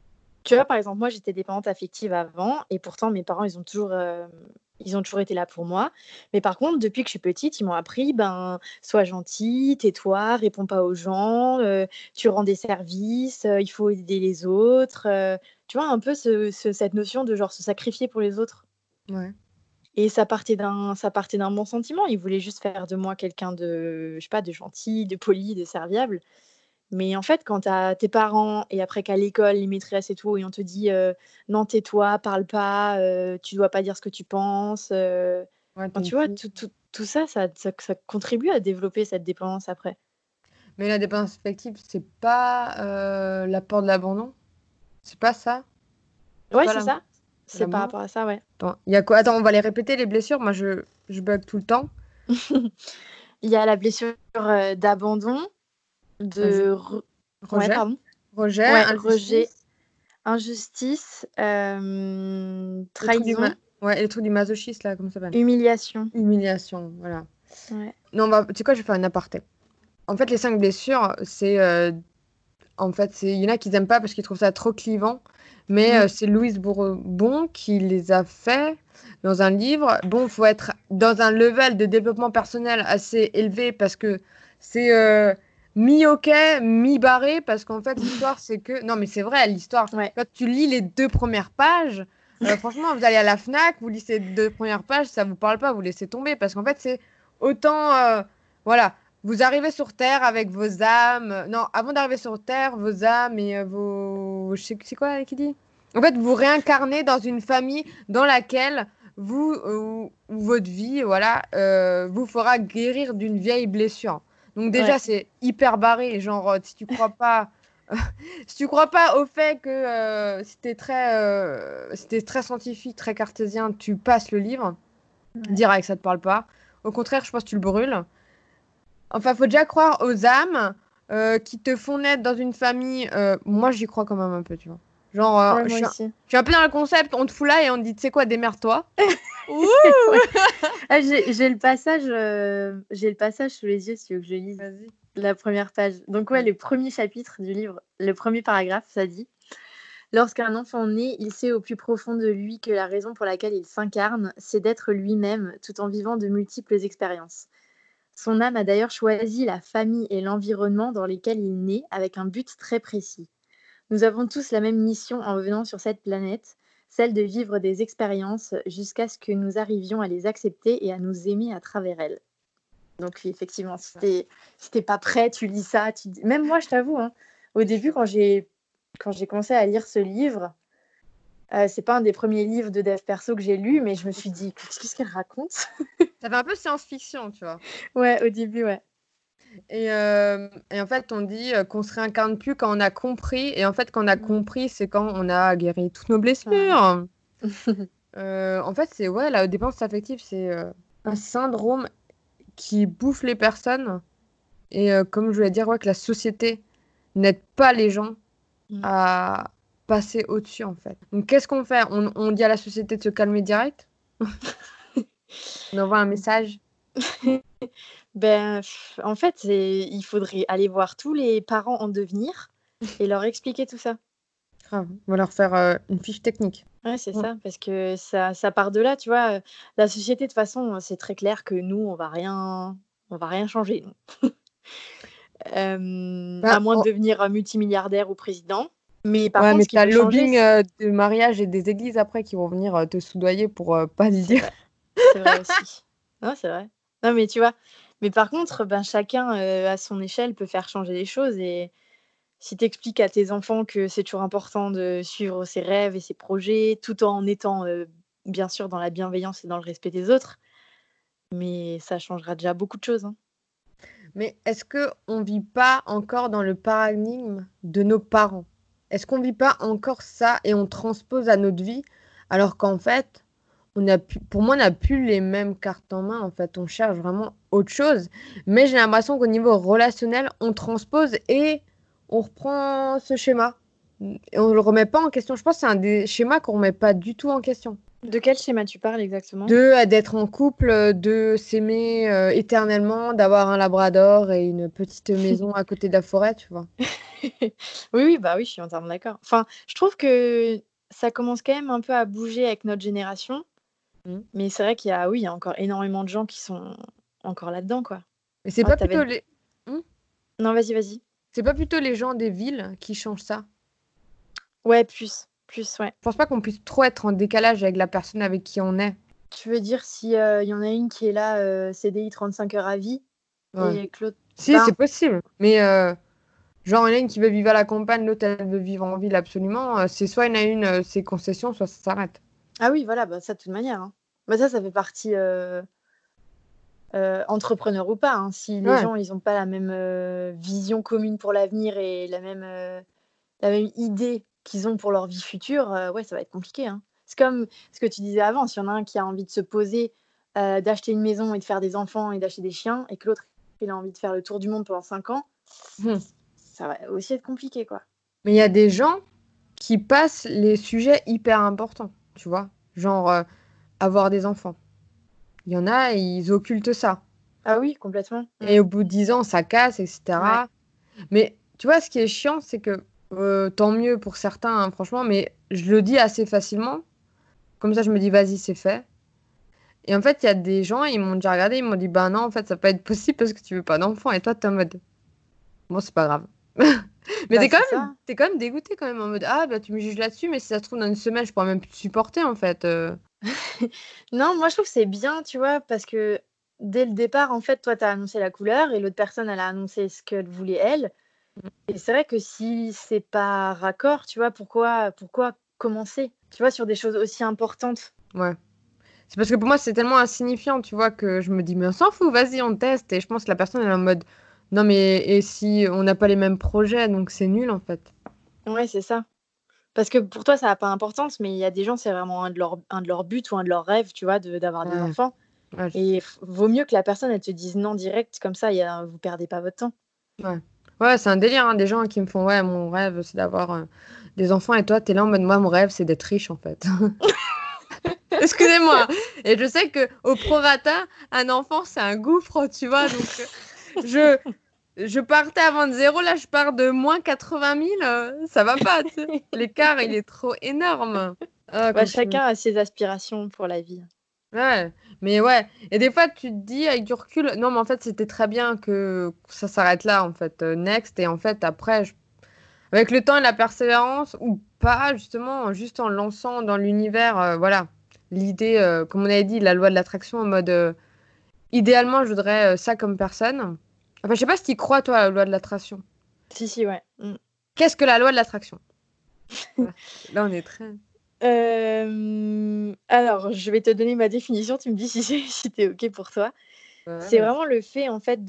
S2: Tu vois, par exemple, moi, j'étais dépendante affective avant et pourtant mes parents, ils ont toujours été là pour moi. Mais par contre, depuis que je suis petite, ils m'ont appris, ben, sois gentil, tais-toi, réponds pas aux gens, tu rends des services, il faut aider les autres, tu vois, un peu cette notion de genre se sacrifier pour les autres
S1: Ouais.
S2: et ça partait d'un bon sentiment. Ils voulaient juste faire de moi quelqu'un de, je sais pas, de gentil, de poli, de serviable. Mais en fait, quand tu as tes parents et après qu'à l'école, les maîtresses et tout et on te dit, «Non, tais-toi, parle pas, tu dois pas dire ce que tu penses»,
S1: Ouais, tu
S2: enfin,
S1: une
S2: tu vois,
S1: fille.
S2: tout ça, ça contribue à développer cette dépendance après.
S1: Mais la dépendance affective, c'est pas, la peur de l'abandon? C'est pas ça? C'est
S2: Ouais,
S1: pas
S2: c'est
S1: la
S2: ça, c'est par
S1: l'amour?
S2: rapport à ça, ouais.
S1: Attends, il y a quoi? Attends, on va les répéter les blessures? Moi je bug tout le temps.
S2: Il y a la blessure, d'abandon,
S1: Inju
S2: de re ouais,
S1: rejet,
S2: pardon?
S1: rejet,
S2: Ouais, rejet,
S1: injustice,
S2: injustice,
S1: les trucs du
S2: trahison,
S1: ma ouais, les trucs du masochisme là, comment ça s'appelle?
S2: humiliation.
S1: Humiliation, voilà.
S2: Ouais.
S1: Non, tu sais quoi? Je vais faire une aparté. En fait, les 5 blessures, c'est, en fait, il y en a qui aiment pas parce qu'ils trouvent ça trop clivant, mais
S2: Mmh.
S1: c'est Louise Bourbon qui les a fait dans un livre. Bon, faut être dans un level de développement personnel assez élevé parce que c'est mi-ok, mi-barré, parce qu'en fait, l'histoire, c'est que... Non, mais c'est vrai, l'histoire,
S2: Ouais.
S1: quand tu lis les 2 premières pages, franchement, vous allez à la FNAC, vous lisez les 2 premières pages, ça vous parle pas, vous laissez tomber, parce qu'en fait, c'est autant... voilà, vous arrivez sur Terre avec vos âmes. Non, avant d'arriver sur Terre, vos âmes et vos... C'est quoi qui dit? En fait, vous réincarnez dans une famille dans laquelle votre vie, voilà, vous fera guérir d'une vieille blessure. Donc déjà,
S2: Ouais.
S1: c'est hyper barré. Genre, si tu crois pas, si tu crois pas au fait que si t'es très scientifique, très cartésien, tu passes le livre
S2: Ouais.
S1: direct, ça te parle pas. Au contraire, je pense que tu le brûles. Enfin, faut déjà croire aux âmes qui te font naître dans une famille. Moi, j'y crois quand même un peu, tu vois. Genre,
S2: Ouais, moi aussi.
S1: je suis un peu dans le concept, on te fout là et on te dit, tu sais quoi, démerde-toi. Ouh.
S2: Ouais. Ah, j'ai le passage sous les yeux si tu veux que je lise
S1: Vas-y.
S2: la première page. Donc ouais,
S1: Ouais.
S2: le premier chapitre du livre, le premier paragraphe, ça dit: «Lorsqu'un enfant naît, il sait au plus profond de lui que la raison pour laquelle il s'incarne, c'est d'être lui-même tout en vivant de multiples expériences. Son âme a d'ailleurs choisi la famille et l'environnement dans lesquels il naît avec un but très précis. Nous avons tous la même mission en venant sur cette planète, celle de vivre des expériences jusqu'à ce que nous arrivions à les accepter et à nous aimer à travers elles.» Donc oui, effectivement, si t'es pas prêt, tu lis ça, même moi, je t'avoue, hein, au début, quand j'ai commencé à lire ce livre, c'est pas un des premiers livres de dev perso que j'ai lu, mais je me suis dit: «Qu'est-ce qu'elle raconte?»
S1: Ça fait un peu science-fiction, tu vois.
S2: Ouais, au début, ouais.
S1: Et en fait, on dit qu'on se réincarne plus quand on a compris. Et en fait, quand on a
S2: Mmh.
S1: compris, c'est quand on a guéri toutes nos
S2: Ouais.
S1: blessures. En fait, c'est ouais, la dépendance affective, c'est un syndrome qui bouffe les personnes. Et comme je voulais dire, ouais, que la société n'aide pas les gens
S2: Mmh.
S1: à passer au-dessus, en fait. Donc, qu'est-ce qu'on fait? On dit à la société de se calmer direct? On envoie un message?
S2: Ben, en fait, il faudrait aller voir tous les parents en devenir et leur expliquer tout ça.
S1: Grave. On va leur faire une fiche technique.
S2: Ouais, c'est
S1: Mm.
S2: ça, parce que ça part de là, tu vois? La société, de toute façon, c'est très clair que nous, on va rien changer, nous.
S1: Ben,
S2: À moins de devenir, multimilliardaire ou président. Mais par
S1: ouais,
S2: contre,
S1: mais
S2: ce qui
S1: t'as
S2: peut
S1: le
S2: changer,
S1: lobbying de mariage et des églises après qui vont venir te soudoyer pour pas le
S2: c'est
S1: dire.
S2: vrai, c'est vrai aussi. Non, c'est vrai. Non, mais tu vois? Mais par contre, ben, chacun, à son échelle, peut faire changer les choses et si tu expliques à tes enfants que c'est toujours important de suivre ses rêves et ses projets, tout en étant, bien sûr dans la bienveillance et dans le respect des autres, mais ça changera déjà beaucoup de choses, hein.
S1: Mais est-ce que on vit pas encore dans le paradigme de nos parents? Est-ce qu'on vit pas encore ça et on transpose à notre vie alors qu'en fait, pour moi, on n'a plus les mêmes cartes en main. En fait, on cherche vraiment autre chose. Mais j'ai l'impression qu'au niveau relationnel, on transpose et on reprend ce schéma. Et on le remet pas en question. Je pense que c'est un des schémas qu'on remet pas du tout en question.
S2: De quel schéma tu parles exactement?
S1: D'être en couple, de s'aimer éternellement, d'avoir un labrador et une petite maison à côté de la forêt, tu vois.
S2: Oui, oui, bah oui, je suis entièrement d'accord. Enfin, je trouve que ça commence quand même un peu à bouger avec notre génération,
S1: Mm.
S2: mais c'est vrai qu'il y a, oui, il y a encore énormément de gens qui sont encore là-dedans, quoi.
S1: Mais c'est
S2: Ouais,
S1: pas
S2: t'avais...
S1: plutôt les... Hmm.
S2: Non, vas-y, vas-y.
S1: C'est pas plutôt les gens des villes qui changent ça.
S2: Ouais, ouais.
S1: Je pense pas qu'on puisse trop être en décalage avec la personne avec qui on est.
S2: Tu veux dire si il y en a une qui est là, CDI 35 heures à vie
S1: Ouais.
S2: et que l'autre...
S1: Si, c'est
S2: Ben,
S1: possible. Mais genre, il y en a une qui veut vivre à la campagne, l'autre, elle veut vivre en ville absolument. C'est soit il y en a une, c'est concession, soit ça s'arrête.
S2: ah oui, voilà, bah ça de toute manière, hein. Bah ça fait partie, entrepreneur ou pas, hein. Si les
S1: Ouais.
S2: gens, ils ont pas la même, vision commune pour l'avenir et la même idée qu'ils ont pour leur vie future, ouais, ça va être compliqué, hein. C'est comme ce que tu disais avant, s'il y en a un qui a envie de se poser, d'acheter une maison et de faire des enfants et d'acheter des chiens et que l'autre, il a envie de faire le tour du monde pendant 5 ans,
S1: Hmm.
S2: ça va aussi être compliqué, quoi.
S1: Mais il y a des gens qui passent les sujets hyper importants, tu vois. Genre, avoir des enfants. Il y en a, ils occultent ça.
S2: Ah oui, complètement. Mmh.
S1: Et au bout de 10 ans, ça casse,
S2: Ouais.
S1: etc. Mais tu vois, ce qui est chiant, c'est que tant mieux pour certains, hein, franchement, mais je le dis assez facilement. Comme ça, je me dis, vas-y, c'est fait. Et en fait, il y a des gens, ils m'ont déjà regardé, ils m'ont dit, bah non, en fait, ça peut pas être possible parce que tu veux pas d'enfant. Et toi, t'es en mode, bon, c'est pas grave. Mais
S2: Bah, c'est ça.
S1: t'es quand même dégoûté quand même en mode, ah, bah tu me juges là-dessus, mais si ça se trouve, dans une semaine, je pourrais même plus te supporter, en fait.
S2: Non, moi, je trouve que c'est bien, tu vois? Parce que dès le départ, en fait, toi, tu as annoncé la couleur et l'autre personne, elle a annoncé ce qu'elle voulait elle. Et c'est vrai que si c'est pas raccord, tu vois, pourquoi commencer? Tu vois, sur des choses aussi importantes?
S1: Ouais. C'est parce que pour moi, c'est tellement insignifiant, tu vois, que je me dis, mais on s'en fout, vas-y, on teste. Et je pense que la personne, elle est en mode, non, mais et si on n'a pas les mêmes projets, donc c'est nul, en fait.
S2: Ouais, c'est ça. Parce que pour toi, ça a pas d'importance, mais il y a des gens, c'est vraiment un de leurs buts ou un de leurs rêves, tu vois, d'avoir des
S1: Ouais,
S2: enfants.
S1: ouais,
S2: Et vaut mieux que la personne, elle te dise non direct, comme ça, vous perdez pas votre temps.
S1: ouais. Ouais, c'est un délire, hein, des gens qui me font, ouais, mon rêve, c'est d'avoir des enfants. Et toi, t'es là en mode, moi, mon rêve, c'est d'être riche, en fait. Excusez-moi. Et je sais que au prorata, un enfant, c'est un gouffre, tu vois. Donc, je, je partais avant de zéro, là, je pars de moins 80 000. Ça va pas, tu sais. L'écart, il est trop énorme. Ah,
S2: Bah,
S1: comme tu veux.
S2: chacun a ses aspirations pour la vie.
S1: Ouais, mais ouais. Et des fois, tu te dis avec du recul, non, mais en fait, c'était très bien que ça s'arrête là, en fait. Next. Et en fait, après, avec le temps et la persévérance, ou pas, justement, juste en lançant dans l'univers, voilà, l'idée, comme on avait dit, la loi de l'attraction, en mode, idéalement, je voudrais ça comme personne. Enfin, je sais pas si tu crois, toi, à la loi de l'attraction.
S2: Si, si, ouais. Mmh.
S1: Qu'est-ce que la loi de l'attraction? Voilà. Là, on est très...
S2: Alors, je vais te donner ma définition, tu me dis si si tu OK pour toi.
S1: Ouais,
S2: C'est
S1: vas-y.
S2: vraiment le fait, en fait,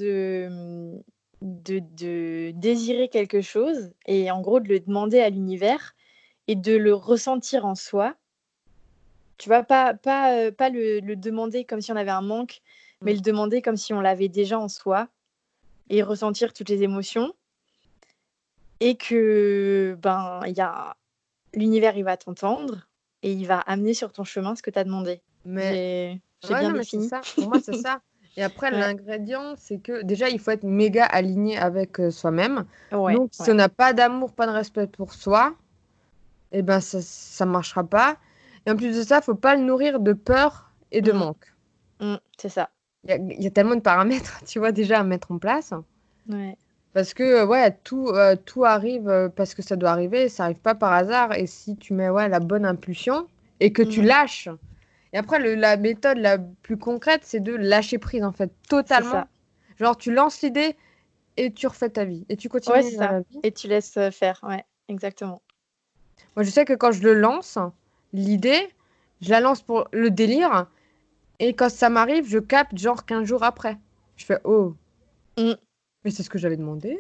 S2: de désirer quelque chose et en gros de le demander à l'univers et de le ressentir en soi. Tu vois? Pas le demander comme si on avait un manque, mais
S1: Mm.
S2: le demander comme si on l'avait déjà en soi et ressentir toutes les émotions et que, ben, il y a l'univers, il va t'entendre et il va amener sur ton chemin ce que tu as demandé.
S1: Mais
S2: J'ai
S1: ouais,
S2: bien
S1: non, mais c'est
S2: défini?
S1: ça. Pour moi, c'est ça. Et après,
S2: Ouais,
S1: l'ingrédient, c'est que déjà, il faut être méga aligné avec soi-même.
S2: ouais,
S1: Donc, si
S2: ouais.
S1: on n'a pas d'amour, pas de respect pour soi, eh ben, ça marchera pas. Et en plus de ça, faut pas le nourrir de peur et de
S2: Mmh,
S1: manque.
S2: c'est ça.
S1: Il y a tellement de paramètres, tu vois, déjà à mettre en place.
S2: Ouais.
S1: Parce que, ouais, tout arrive parce que ça doit arriver. Ça arrive pas par hasard. Et si tu mets, ouais, la bonne impulsion et que tu
S2: Mmh,
S1: lâches. Et après, la méthode la plus concrète, c'est de lâcher prise, en fait,
S2: c'est
S1: totalement.
S2: ça.
S1: Genre, tu lances l'idée et tu refais ta vie. Et tu
S2: Ouais,
S1: continues
S2: c'est ça
S1: la vie.
S2: et tu laisses, faire, ouais, exactement.
S1: Moi, je sais que quand je le lance, l'idée, je la lance pour le délire. Et quand ça m'arrive, je capte genre 15 jours après. Je fais, oh,
S2: Mmh.
S1: mais c'est ce que j'avais demandé.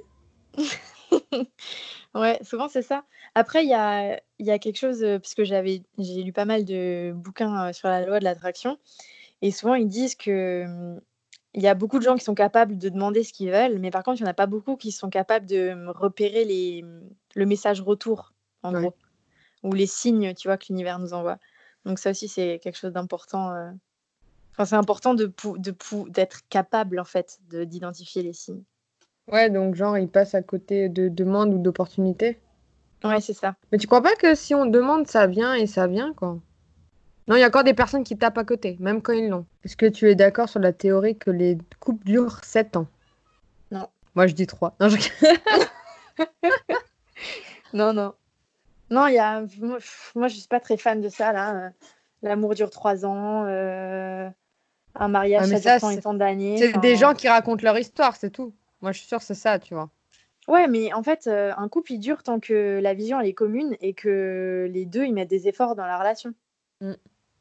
S2: Ouais, souvent c'est ça. Après il y a quelque chose, parce que j'ai lu pas mal de bouquins, sur la loi de l'attraction et souvent ils disent que, il y a beaucoup de gens qui sont capables de demander ce qu'ils veulent, mais par contre, il y en a pas beaucoup qui sont capables de, repérer le message retour, en
S1: Ouais.
S2: gros, ou les signes, tu vois, que l'univers nous envoie. Donc ça aussi, c'est quelque chose d'important. Enfin, c'est important d'être capable, en fait, d'identifier les signes.
S1: Ouais, donc genre, ils passent à côté de demandes ou d'opportunités.
S2: Ouais, c'est ça.
S1: Mais tu crois pas que si on demande, ça vient et ça vient, quoi? Non, il y a encore des personnes qui tapent à côté, même quand ils l'ont. Est-ce que tu es d'accord sur la théorie que les couples durent 7 ans?
S2: Non.
S1: Moi, je dis 3. Non,
S2: Non, non. Non, moi, je suis pas très fan de ça, là. L'amour dure 3 ans. Un mariage,
S1: Ah, mais
S2: ça dure
S1: ça,
S2: tant et tant d'années.
S1: c'est des
S2: Enfin,
S1: gens qui racontent leur histoire, c'est tout. Moi, je suis sûre que c'est ça, tu vois.
S2: ouais, mais en fait, un couple, il dure tant que la vision, elle est commune et que les 2 ils mettent des efforts dans la relation.
S1: Mm.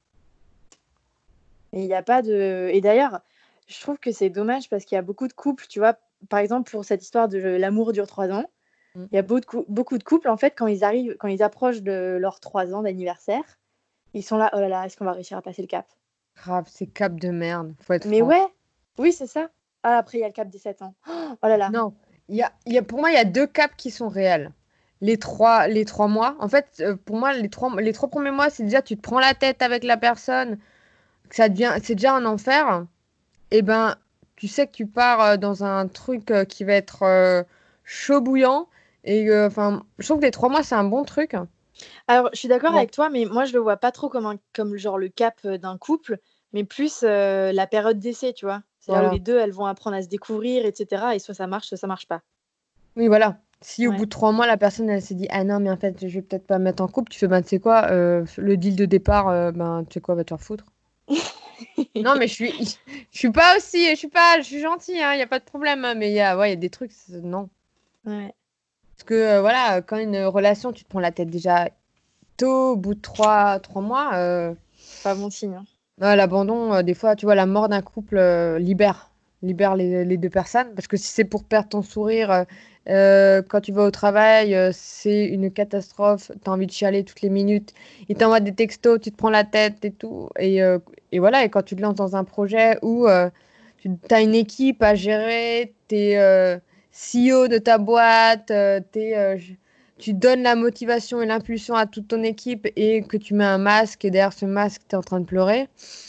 S2: Et il y a pas de et d'ailleurs, je trouve que c'est dommage parce qu'il y a beaucoup de couples, tu vois? Par exemple, pour cette histoire de l'amour dure 3 ans,
S1: Mm.
S2: il y a beaucoup de couples, en fait, quand ils approchent de leurs 3 ans d'anniversaire, ils sont là: «Oh là là, est-ce qu'on va réussir à passer le cap?»
S1: Grave, c'est cap de merde, faut être
S2: Mais
S1: franc.
S2: ouais, oui, c'est ça. Ah, après, il y a le cap des 7 ans. Oh là là.
S1: Non, pour moi, il y a deux caps qui sont réels. Les trois mois. En fait, pour moi, les trois premiers mois, c'est déjà tu te prends la tête avec la personne, que c'est déjà un enfer. Et ben, tu sais que tu pars dans un truc qui va être chaud bouillant. Et enfin, je trouve que les 3 mois, c'est un bon truc.
S2: Alors, je suis d'accord
S1: Bon.
S2: avec toi, mais moi, je le vois pas trop comme genre le cap, d'un couple, mais plus, la période d'essai, tu vois? C'est là où les
S1: Voilà.
S2: 2 elles vont apprendre à se découvrir et cetera et soit ça marche pas.
S1: Oui, voilà. Si au bout
S2: Ouais.
S1: de 3 mois, la personne, elle s'est dit, ah non, mais en fait, je vais peut-être pas me mettre en couple, tu fais, ben, tu sais quoi, le deal de départ, ben, tu sais quoi, va te faire foutre. Non, mais je suis gentille, hein, y a pas de problème, hein, mais il y a des trucs, non.
S2: Ouais,
S1: Parce que, voilà, quand une relation, tu te prends la tête déjà tôt, au bout de 3 mois,
S2: pas bon signe, hein.
S1: ouais, l'abandon, des fois, tu vois, la mort d'un couple libère les deux personnes. Parce que si c'est pour perdre ton sourire quand tu vas au travail, c'est une catastrophe. Tu as envie de chialer toutes les minutes. Ils t'envoient des textos, tu te prends la tête et tout. Et voilà, et quand tu te lances dans un projet où tu as une équipe à gérer, tu es CEO de ta boîte, tu donnes la motivation et l'impulsion à toute ton équipe et que tu mets un masque et derrière ce masque, tu es en train de pleurer.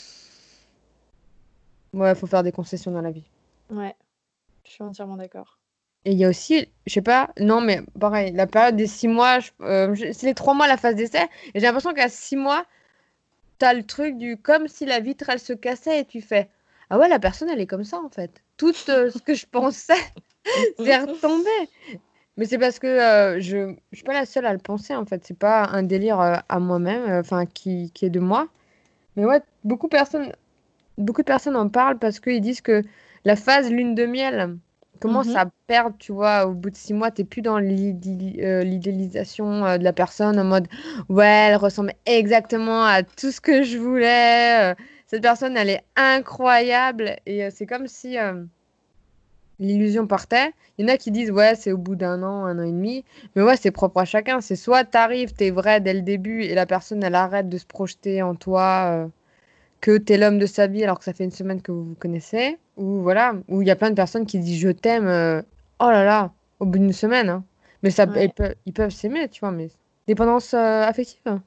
S1: Ouais, faut faire des concessions dans la vie.
S2: Ouais, je suis entièrement d'accord.
S1: Et il y a aussi, je sais pas, non, mais pareil, la période des 6 mois, c'est les 3 mois la phase d'essai. Et j'ai l'impression qu'à 6 mois, t'as le truc du comme si la vitre, elle se cassait et tu fais, ah ouais, la personne, elle est comme ça en fait. Tout ce que je pensais, c'est retombé. Mais c'est parce que je suis pas la seule à le penser en fait. C'est pas un délire à moi-même, enfin, qui est de moi. Mais ouais, beaucoup de personnes en parlent parce qu'ils disent que la phase lune de miel commence
S2: Mmh.
S1: à perdre, tu vois, au bout de 6 mois, t'es plus dans l'idéalisation de la personne en mode, ouais, elle ressemble exactement à tout ce que je voulais. Cette personne, elle est incroyable. Et c'est comme si l'illusion partait. Il y en a qui disent, ouais, c'est au bout d'un an et demi. Mais ouais, c'est propre à chacun. C'est soit t'arrives, t'es vrai dès le début et la personne, elle arrête de se projeter en toi. Que t'es l'homme de sa vie alors que ça fait une semaine que vous vous connaissez, ou voilà, où il y a plein de personnes qui disent je t'aime, oh là là, au bout d'une semaine, hein. Mais ça,
S2: Ouais.
S1: ils peuvent s'aimer, tu vois, mais dépendance affective, hein.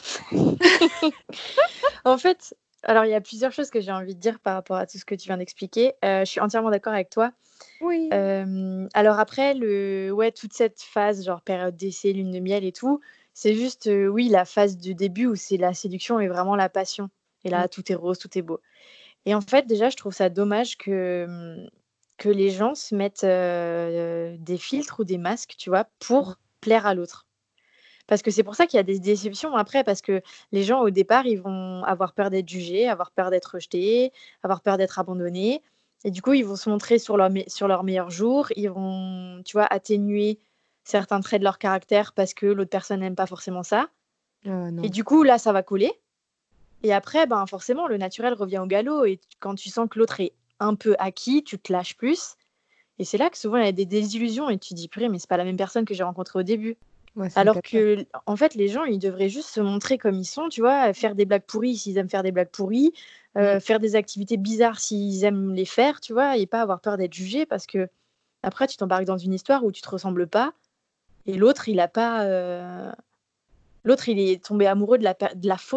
S2: En fait, alors il y a plusieurs choses que j'ai envie de dire par rapport à tout ce que tu viens d'expliquer. Je suis entièrement d'accord avec toi.
S1: Oui.
S2: Alors après ouais, toute cette phase, genre période d'essai, lune de miel et tout, c'est juste, oui, la phase du début où c'est la séduction et vraiment la passion et
S1: Mm.
S2: là, tout est rose, tout est beau et en fait, déjà, je trouve ça dommage que les gens se mettent, des filtres ou des masques, tu vois,
S1: Mm.
S2: pour plaire à l'autre. Parce que c'est pour ça qu'il y a des déceptions après, parce que les gens au départ, ils vont avoir peur d'être jugés, avoir peur d'être rejetés, avoir peur d'être abandonnés et du coup, ils vont se montrer sur leur meilleur jour. Ils vont, tu vois, atténuer certains traits de leur caractère parce que l'autre personne n'aime pas forcément ça et
S1: Non.
S2: du coup, là, ça va coller et après, ben, forcément, le naturel revient au galop et quand tu sens que l'autre est un peu acquis, tu te lâches plus et c'est là que souvent il y a des désillusions et tu te dis: «Purée, mais c'est pas la même personne que j'ai rencontrée au début».
S1: Ouais, c'est une
S2: Alors
S1: cata.
S2: que, en fait, les gens, ils devraient juste se montrer comme ils sont, tu vois? Faire des blagues pourries s'ils aiment faire des blagues pourries,
S1: Mm.
S2: faire des activités bizarres s'ils aiment les faire, tu vois? Et pas avoir peur d'être jugé parce que après tu t'embarques dans une histoire où tu te ressembles pas et l'autre, il a pas, l'autre, il est tombé amoureux de la fausse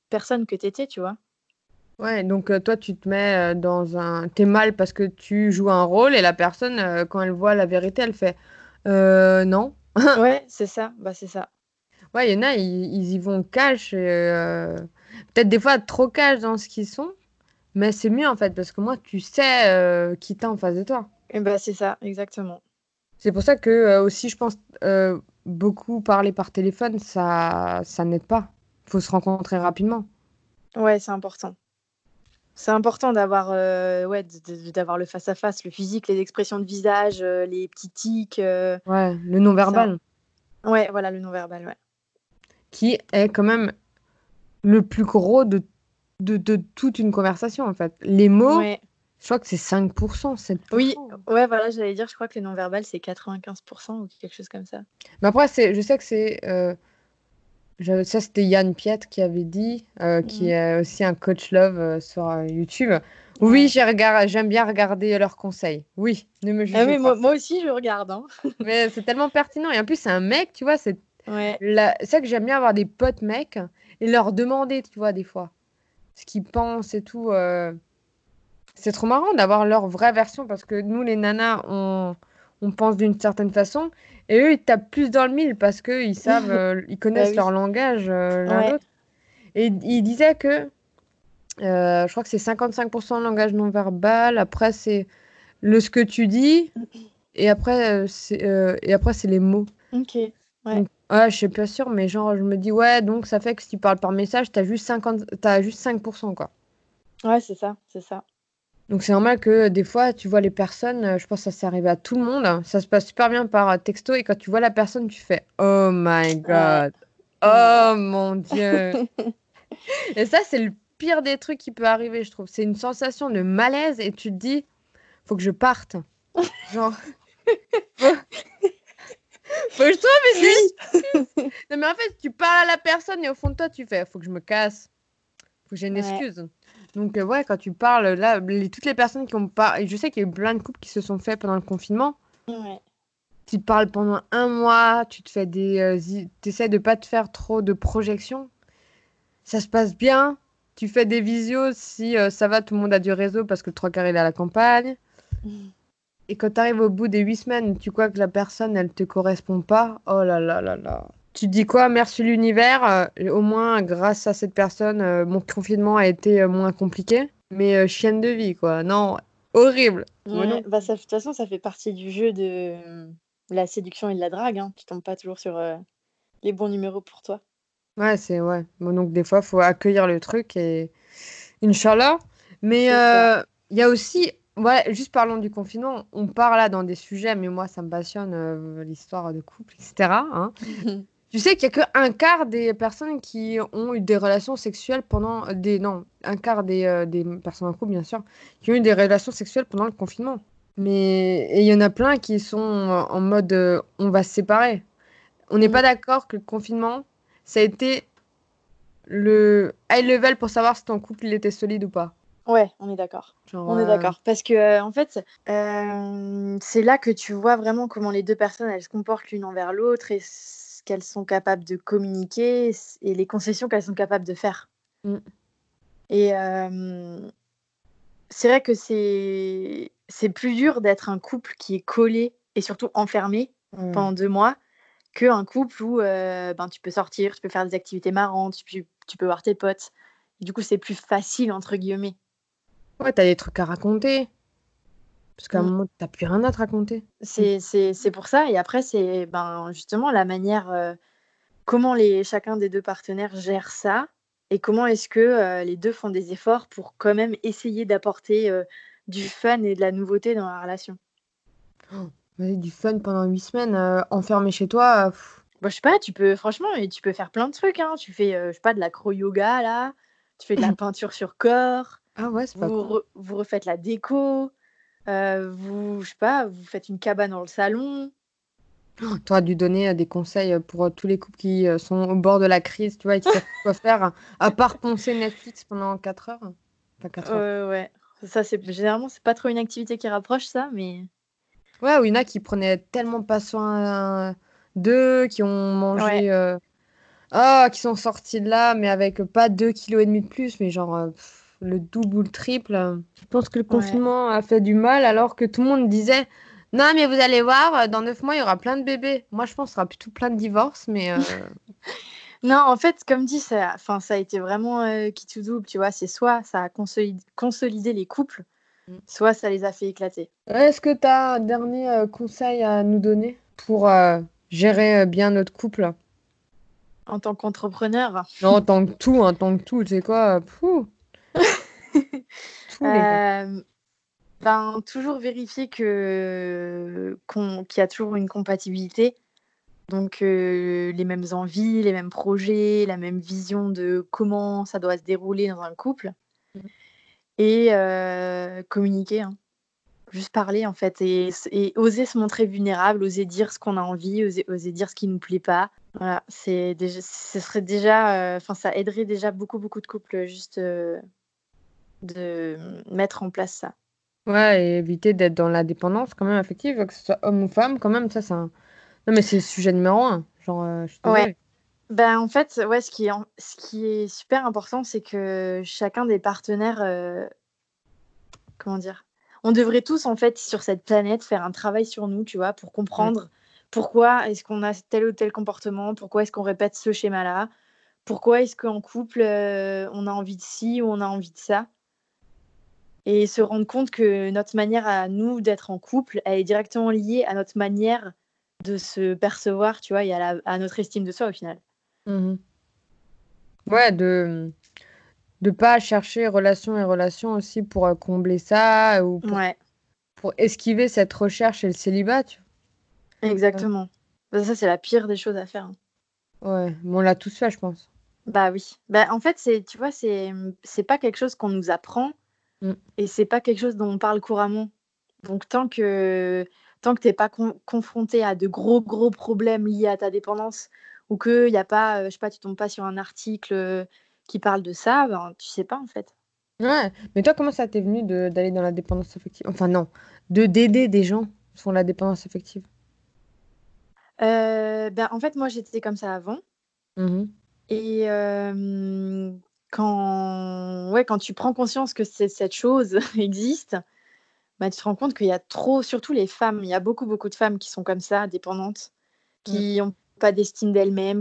S2: personne que t'étais, tu vois.
S1: Ouais, donc toi, tu te mets dans un... T'es mal parce que tu joues un rôle et la personne, quand elle voit la vérité, elle fait non.
S2: Ouais, c'est ça, bah c'est ça.
S1: Ouais, il y en a, ils y vont cash. Peut-être des fois trop cash dans ce qu'ils sont, mais c'est mieux en fait parce que moi, tu sais qui t'as en face de toi.
S2: Et bah c'est ça, exactement.
S1: C'est pour ça que aussi, je pense, beaucoup parler par téléphone, ça n'aide pas. Faut se rencontrer rapidement.
S2: Ouais, c'est important. C'est important d'avoir, ouais, d'avoir le face à face, le physique, les expressions de visage, les petits tics,
S1: Ouais, le
S2: ça
S1: non-verbal,
S2: ouais, voilà, le non-verbal, ouais.
S1: qui est quand même le plus gros de toute une conversation, en fait. Les mots,
S2: Ouais.
S1: je crois que c'est 5%,
S2: Oui,
S1: 7%.
S2: ouais, voilà, j'allais dire, je crois que le non-verbal, c'est 95 ou quelque chose comme ça.
S1: Mais après, je sais que c'est... ça, c'était Yann Piet qui avait dit, qui
S2: Mmh.
S1: est aussi un coach love sur YouTube. Oui,
S2: Ouais.
S1: j'aime bien regarder leurs conseils. Oui, ne me
S2: Ah
S1: jugez
S2: mais
S1: pas.
S2: moi aussi, je regarde, hein.
S1: Mais c'est tellement pertinent. Et en plus, c'est un mec, tu vois,
S2: Ouais.
S1: c'est ça que j'aime bien avoir des potes mecs et leur demander, tu vois, des fois, ce qu'ils pensent et tout. C'est trop marrant d'avoir leur vraie version parce que nous, les nanas, on pense d'une certaine façon et eux, ils tapent plus dans le mille parce qu'ils savent, ils
S2: Bah
S1: connaissent
S2: oui.
S1: leur langage l'un
S2: Ouais.
S1: l'autre. Et il disait que, je crois que c'est 55% langage non verbal, après, c'est ce que tu dis et après, c'est les mots.
S2: OK. Ouais.
S1: Donc, ouais, je suis pas sûre, mais genre, je me dis, ouais, donc ça fait que si tu parles par message, t'as juste 5%, quoi.
S2: Ouais, c'est ça, c'est ça.
S1: Donc, c'est normal que des fois, tu vois les personnes, je pense que ça s'est arrivé à tout le monde, hein. Ça se passe super bien par texto, et quand tu vois la personne, tu fais, oh my
S2: Ouais.
S1: God,
S2: Ouais.
S1: oh mon Dieu. Et ça, c'est le pire des trucs qui peut arriver, je trouve. C'est une sensation de malaise, et tu te dis, faut que je parte. Genre, faut, faut que je trouve une
S2: Fuis!
S1: Non, mais en fait, tu parles à la personne, et au fond de toi, tu fais, faut que je me casse. Faut que j'ai une
S2: Ouais.
S1: excuse. Donc, ouais, quand tu parles, là, toutes les personnes qui ont pas. Et je sais qu'il y a eu plein de couples qui se sont faits pendant le confinement.
S2: Ouais.
S1: Tu te parles pendant un mois, tu te fais t'essaies de pas te faire trop de projections. Ça se passe bien. Tu fais des visios si ça va, tout le monde a du réseau parce que le trois quarts il est à la campagne. Et quand tu arrives au bout des 8 semaines, tu crois que la personne, elle te correspond pas. Oh là là là là. Tu te dis quoi? Merci l'univers. Au moins, grâce à cette personne, mon confinement a été moins compliqué. Mais chienne de vie, quoi. Non, horrible. Mais
S2: Ouais,
S1: non.
S2: bah, ça de toute façon, ça fait partie du jeu de, la séduction et de la drague, hein. Tu tombes pas toujours sur, les bons numéros pour toi.
S1: Ouais, c'est ouais. Bon, donc des fois, faut accueillir le truc et Inch'Allah. Mais
S2: C'est ça.
S1: il y a aussi, ouais, juste parlons du confinement. On part là dans des sujets, mais moi, ça me passionne l'histoire de couple, etc., hein. Tu sais qu'il y a que un quart des personnes qui ont eu des relations sexuelles pendant non, un quart des personnes en couple, bien sûr, qui ont eu des relations sexuelles pendant le confinement. Mais et il y en a plein qui sont en mode on va se séparer. On n'est
S2: Mmh.
S1: pas d'accord que le confinement, ça a été le high level pour savoir si ton couple il était solide ou pas.
S2: Ouais, on est d'accord.
S1: Genre,
S2: On est d'accord parce que, en fait, c'est là que tu vois vraiment comment les 2 personnes, elles se comportent l'une envers l'autre et ce qu'elles sont capables de communiquer et les concessions qu'elles sont capables de faire
S1: mm,
S2: et c'est vrai que c'est plus dur d'être un couple qui est collé et surtout enfermé
S1: ouais.
S2: pendant 2 mois qu'un couple où, ben, tu peux sortir, tu peux faire des activités marrantes, tu peux voir tes potes. Et du coup, c'est «plus facile» entre guillemets.
S1: Ouais, t'as des trucs à raconter. Parce qu'à un
S2: Mmh.
S1: moment, t'as plus rien à te raconter. Mm.
S2: C'est pour ça et après c'est, ben, justement la manière, comment les chacun des 2 partenaires gère ça et comment est-ce que, les 2 font des efforts pour quand même essayer d'apporter, du fun et de la nouveauté dans la relation.
S1: Vas-y, du fun pendant 8 semaines, enfermé chez toi.
S2: Bah, je sais pas, tu peux franchement et tu peux faire plein de trucs, hein. Tu fais, je sais pas, de l'acro-yoga là, tu fais de la peinture sur corps,
S1: Ah ouais, c'est pas con.
S2: vous refaites la déco, vous je sais pas, vous faites une cabane dans le salon.
S1: T'aurais dû donner des conseils pour tous les couples qui sont au bord de la crise, tu vois, et qui savent plus quoi faire, à part poncer Netflix pendant 4 heures. Enfin, 4 heures.
S2: Ouais. Ça c'est généralement, c'est pas trop une activité qui rapproche ça, mais
S1: Ouais, ou il y en a qui prenaient tellement pas soin d'eux, qui ont
S2: ouais.
S1: mangé. Ah, qui sont sortis de là, mais avec pas 2,5 kg de plus, mais genre le double ou le triple. Je pense que le
S2: Ouais.
S1: confinement a fait du mal, alors que tout le monde disait, non, mais vous allez voir, dans 9 mois, il y aura plein de bébés. Moi, je pense qu'il y aura plutôt plein de divorces, mais
S2: Non, en fait, comme dit, ça a été vraiment qui tout double, tu vois. C'est soit ça a consolidé les couples,
S1: Mm.
S2: soit ça les a fait éclater.
S1: Est-ce que tu as un dernier conseil à nous donner pour gérer bien notre couple?
S2: En tant qu'entrepreneur,
S1: Non, en tant que tout, tu sais quoi, tout les gars.
S2: euh, ben, toujours vérifier qu'il y a toujours une compatibilité. Donc, les mêmes envies, les mêmes projets, la même vision de comment ça doit se dérouler dans un couple
S1: Mm.
S2: et communiquer, hein. Juste parler, en fait et oser se montrer vulnérable, oser dire ce qu'on a envie, oser dire ce qui nous plaît pas. Voilà, ce serait déjà, ça aiderait déjà beaucoup, beaucoup de couples, juste, de mettre en place ça.
S1: Ouais, et éviter d'être dans la dépendance quand même affective, que ce soit homme ou femme, quand même, ça, c'est un... Non, mais c'est le sujet numéro un. Genre, je suis
S2: Ouais.
S1: désolée.
S2: Ben, en fait, ouais, ce qui est super important, c'est que chacun des partenaires, comment dire? On devrait tous, en fait, sur cette planète, faire un travail sur nous, tu vois? Pour
S1: Mm.
S2: comprendre pourquoi est-ce qu'on a tel ou tel comportement, pourquoi est-ce qu'on répète ce schéma-là, pourquoi est-ce qu'en couple, on a envie de ci ou on a envie de ça et se rendre compte que notre manière à nous d'être en couple, elle est directement liée à notre manière de se percevoir, tu vois? Et à notre estime de soi, au final.
S1: Mhm. Ouais, de pas chercher relation et relation aussi pour combler ça ou
S2: Ouais,
S1: pour esquiver cette recherche et le célibat, tu vois.
S2: exactement. Bah, ça, c'est la pire des choses à faire, hein.
S1: Ouais, mais on l'a tous fait, je pense.
S2: Bah, oui. Bah, en fait, tu vois, c'est pas quelque chose qu'on nous apprend
S1: Mm.
S2: et c'est pas quelque chose dont on parle couramment. Donc tant que tu es pas confronté à de gros, gros problèmes liés à ta dépendance ou qu'il y a pas, je sais pas, tu tombes pas sur un article, qui parle de ça, ben, tu sais pas, en fait.
S1: Ouais, mais toi, comment ça t'est venu d'aller dans la dépendance affective? Enfin, non, d'aider des gens sur la dépendance affective.
S2: Ben, en fait, moi, j'étais comme ça avant
S1: Mhm.
S2: et quand tu prends conscience que cette chose existe, bah, tu te rends compte qu'il y a trop surtout les femmes, il y a beaucoup, beaucoup de femmes qui sont comme ça, dépendantes,
S1: Mm.
S2: qui ont pas d'estime d'elles-mêmes,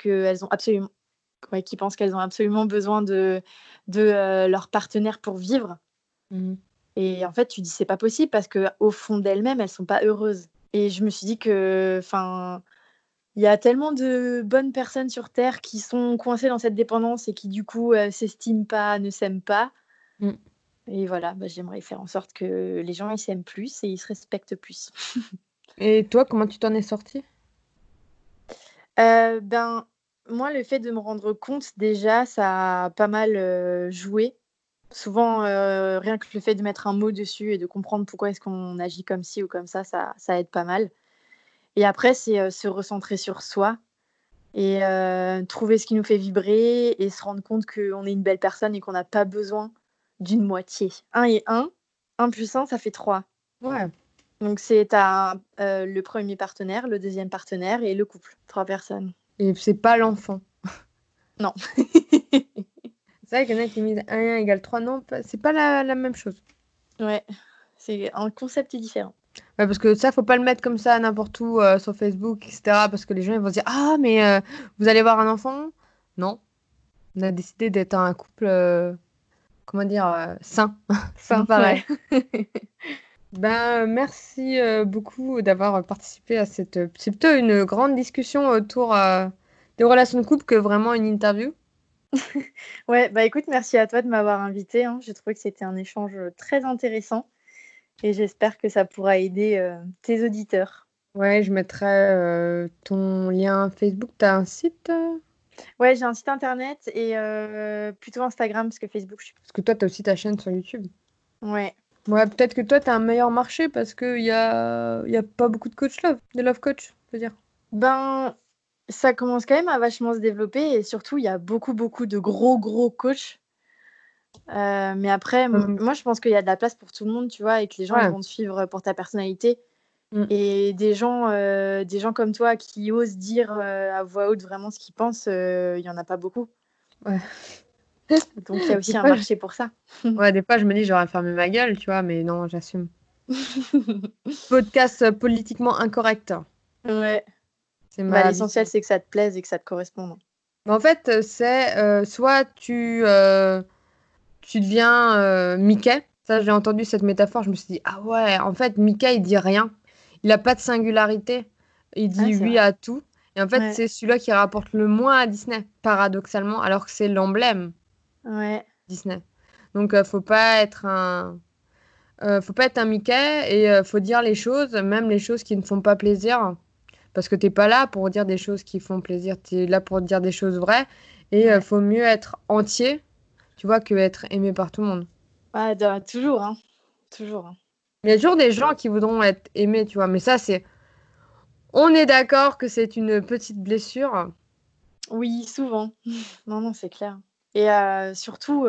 S2: qui pensent qu'elles ont absolument besoin de leur partenaire pour vivre
S1: Mhm.
S2: et en fait, tu dis: «C'est pas possible» parce qu'au fond d'elles-mêmes, elles sont pas heureuses et je me suis dit que, il y a tellement de bonnes personnes sur terre qui sont coincées dans cette dépendance et qui du coup, s'estiment pas, ne s'aiment pas
S1: Mm.
S2: et voilà, bah, j'aimerais faire en sorte que les gens, ils s'aiment plus et ils se respectent plus.
S1: Et toi, comment tu t'en es sortie?
S2: Ben, moi, le fait de me rendre compte déjà, ça a pas mal, joué. Souvent, rien que le fait de mettre un mot dessus et de comprendre pourquoi est-ce qu'on agit comme ci ou comme ça aide pas mal et après c'est, se recentrer sur soi et trouver ce qui nous fait vibrer et se rendre compte qu'on est une belle personne et qu'on n'a pas besoin d'une moitié. Un plus un ça fait 3.
S1: Ouais.
S2: Donc c'est tu le premier partenaire, le deuxième partenaire et le couple, 3 personnes.
S1: Et c'est pas l'enfant.
S2: Non.
S1: C'est vrai qu'il y en a qui disent 1 égale 3. Non, c'est pas la même chose.
S2: Ouais, c'est un concept différent.
S1: Ouais, parce que ça, faut pas le mettre comme ça n'importe où sur Facebook, etc. Parce que les gens ils vont se dire, ah, mais vous allez voir un enfant? Non, on a décidé d'être un couple, comment dire, sain. C'est pas
S2: Enfin,
S1: pareil.
S2: ouais.
S1: Ben, merci beaucoup d'avoir participé à cette... C'est plutôt une grande discussion autour des relations de couple que vraiment une interview.
S2: Ouais, bah, écoute, merci à toi de m'avoir invitée, hein. J'ai trouvé que c'était un échange, très intéressant et j'espère que ça pourra aider, tes auditeurs.
S1: Ouais, je mettrai ton lien Facebook. T'as un site?
S2: Ouais, j'ai un site internet et plutôt Instagram parce que Facebook, je suis
S1: Parce que toi, t'as aussi ta chaîne sur YouTube.
S2: ouais.
S1: Ouais, peut-être que toi, t'as un meilleur marché parce qu'il y a pas beaucoup de coach love, de love coach, je veux dire.
S2: Ben, ça commence quand même à vachement se développer et surtout, il y a beaucoup, beaucoup de gros, gros coachs. Mais après,
S1: Hum,
S2: moi, je pense qu'il y a de la place pour tout le monde, tu vois? Et que les gens, ils
S1: ouais.
S2: vont te suivre, pour ta personnalité
S1: Mm.
S2: Et des gens comme toi qui osent dire à voix haute vraiment ce qu'ils pensent, il y en a pas beaucoup.
S1: Ouais.
S2: Donc il y a
S1: Des
S2: aussi un
S1: fois,
S2: marché pour ça.
S1: ouais, des fois, je me dis, j'aurais fermé ma gueule, tu vois, mais non, j'assume. Podcast politiquement incorrect.
S2: Ouais.
S1: C'est
S2: Bah,
S1: ma
S2: l'essentiel,
S1: habitude.
S2: c'est que ça te plaise et que ça te corresponde.
S1: Mais en fait, c'est soit tu deviens Mickey. Ça, j'ai entendu cette métaphore. Je me suis dit, ah ouais, en fait, Mickey, il dit rien. Il n'a pas de singularité. Il
S2: Ah,
S1: dit
S2: c'est
S1: oui
S2: vrai.
S1: à tout. Et en fait,
S2: Ouais,
S1: c'est celui-là qui rapporte le moins à Disney, paradoxalement, alors que c'est l'emblème
S2: ouais,
S1: Disney. Donc, faut pas être un Mickey et faut dire les choses, même les choses qui ne font pas plaisir. Parce que t'es pas là pour dire des choses qui font plaisir, tu es là pour dire des choses vraies. Et
S2: ouais.
S1: faut mieux être entier, tu vois, que être aimé par tout le monde.
S2: Ouais, toujours, hein. Toujours, hein.
S1: Il y a toujours des gens qui voudront être aimés, tu vois. Mais ça, c'est. On est d'accord que c'est une petite blessure.
S2: Oui, souvent. Non, non, c'est clair. Et surtout,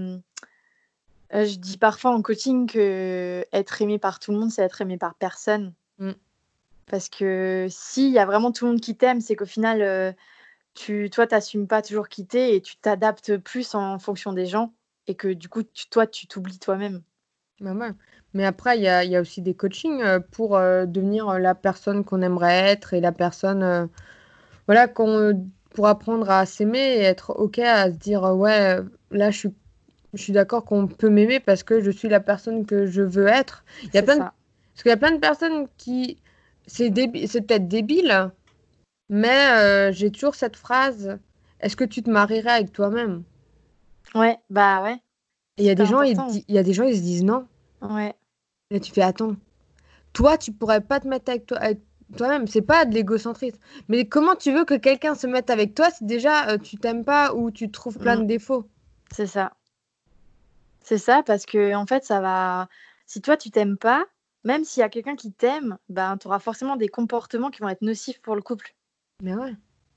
S2: je dis parfois en coaching que être aimé par tout le monde, c'est être aimé par personne.
S1: Mm.
S2: Parce que s'il y a vraiment tout le monde qui t'aime, c'est qu'au final, toi, t'assumes pas toujours qui tu et tu t'adaptes plus en fonction des gens et que du coup, tu t'oublies toi-même.
S1: Bah ouais. Mais après, il y a aussi des coachings pour devenir la personne qu'on aimerait être et la personne, voilà, pour apprendre à s'aimer et être OK à se dire, ouais, là, je suis d'accord qu'on peut m'aimer parce que je suis la personne que je veux être. Il y a
S2: C'est
S1: plein de...
S2: ça.
S1: Parce qu'il y a plein de personnes qui... C'est peut-être débile, mais j'ai toujours cette phrase, est-ce que tu te marierais avec toi-même?
S2: Ouais, bah, ouais,
S1: Et il y a
S2: super
S1: des gens,
S2: important.
S1: il y a des gens, ils se disent non.
S2: Ouais.
S1: Et tu fais, attends, toi, tu pourrais pas te mettre avec toi-même. C'est pas de l'égocentrisme. Mais comment tu veux que quelqu'un se mette avec toi si déjà tu t'aimes pas ou tu trouves plein
S2: Mmh.
S1: de défauts?
S2: C'est ça. C'est ça parce que en fait, ça va si toi tu t'aimes pas, même s'il y a quelqu'un qui t'aime, ben, tu auras forcément des comportements qui vont être nocifs pour le couple
S1: Mais ouais.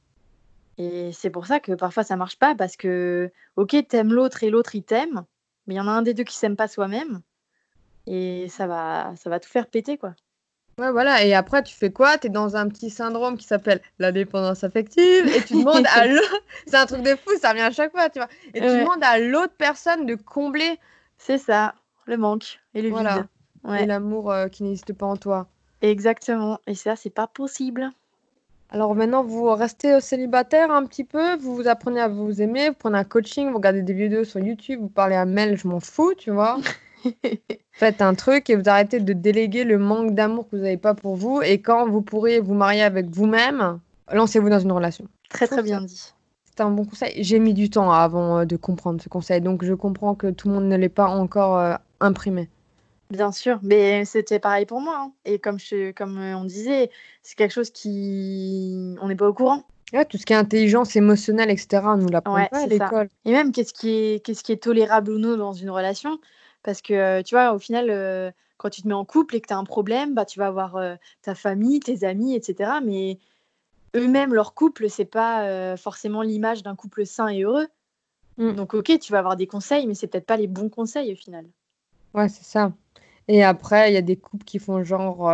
S2: et c'est pour ça que parfois ça marche pas parce que, OK, t'aimes l'autre et l'autre il t'aime, mais il y en a un des 2 qui s'aime pas soi-même et ça va tout faire péter, quoi.
S1: Ouais, voilà. Et après, tu fais quoi? Tu es dans un petit syndrome qui s'appelle la dépendance affective et tu demandes à l'autre. C'est un truc de fou, ça revient à chaque fois, tu vois. Et tu
S2: Ouais,
S1: demandes à l'autre personne de combler,
S2: c'est ça, le manque et le vide.
S1: voilà. Et
S2: Ouais,
S1: l'amour qui n'existe pas en toi.
S2: exactement et ça, c'est pas possible.
S1: Alors maintenant, vous restez célibataire un petit peu, vous vous apprenez à vous aimer, vous prenez un coaching, vous regardez des vidéos sur YouTube, vous parlez à Mel, je m'en fous, tu vois. Faites un truc et vous arrêtez de déléguer le manque d'amour que vous n'avez pas pour vous. Et quand vous pourrez vous marier avec vous-même, lancez-vous dans une relation. Je
S2: Très,
S1: trouve
S2: très
S1: que
S2: bien dit.
S1: c'est un bon conseil. J'ai mis du temps avant de comprendre ce conseil, donc je comprends que tout le monde ne l'ait pas encore imprimé.
S2: Bien sûr, mais c'était pareil pour moi, hein et comme, on disait, c'est quelque chose qui on n'est pas au courant.
S1: Ouais, tout ce qui est intelligence émotionnelle, etc., on nous l'apprend
S2: Ouais,
S1: pas à
S2: c'est ça
S1: l'école.
S2: et même qu'est-ce qui est tolérable ou non dans une relation parce que, tu vois, au final, quand tu te mets en couple et que tu as un problème, bah, tu vas avoir, ta famille, tes amis et cetera mais eux-mêmes, leur couple, c'est pas, forcément l'image d'un couple sain et heureux.
S1: Mm.
S2: Donc OK, tu vas avoir des conseils, mais c'est peut-être pas les bons conseils au final.
S1: Ouais, c'est ça. Et après, il y a des couples qui font genre,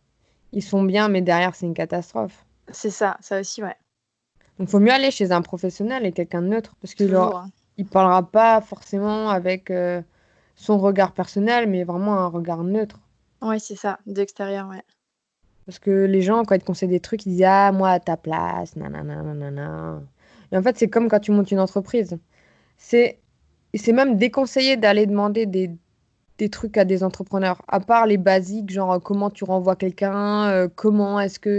S1: ils sont bien, mais derrière, c'est une catastrophe.
S2: C'est ça aussi, ouais,
S1: Donc, faut mieux aller chez un professionnel et quelqu'un de neutre, parce
S2: toujours, hein.
S1: il parlera pas forcément avec son regard personnel, mais vraiment un regard neutre.
S2: Ouais, c'est ça, d'extérieur, ouais.
S1: Parce que les gens, quand ils te conseillent des trucs, ils disent, ah, moi, à ta place, nanana, nanana. Et en fait, c'est comme quand tu montes une entreprise. C'est, c'est même déconseillé d'aller demander des trucs à des entrepreneurs, à part les basiques, genre comment tu renvoies quelqu'un, comment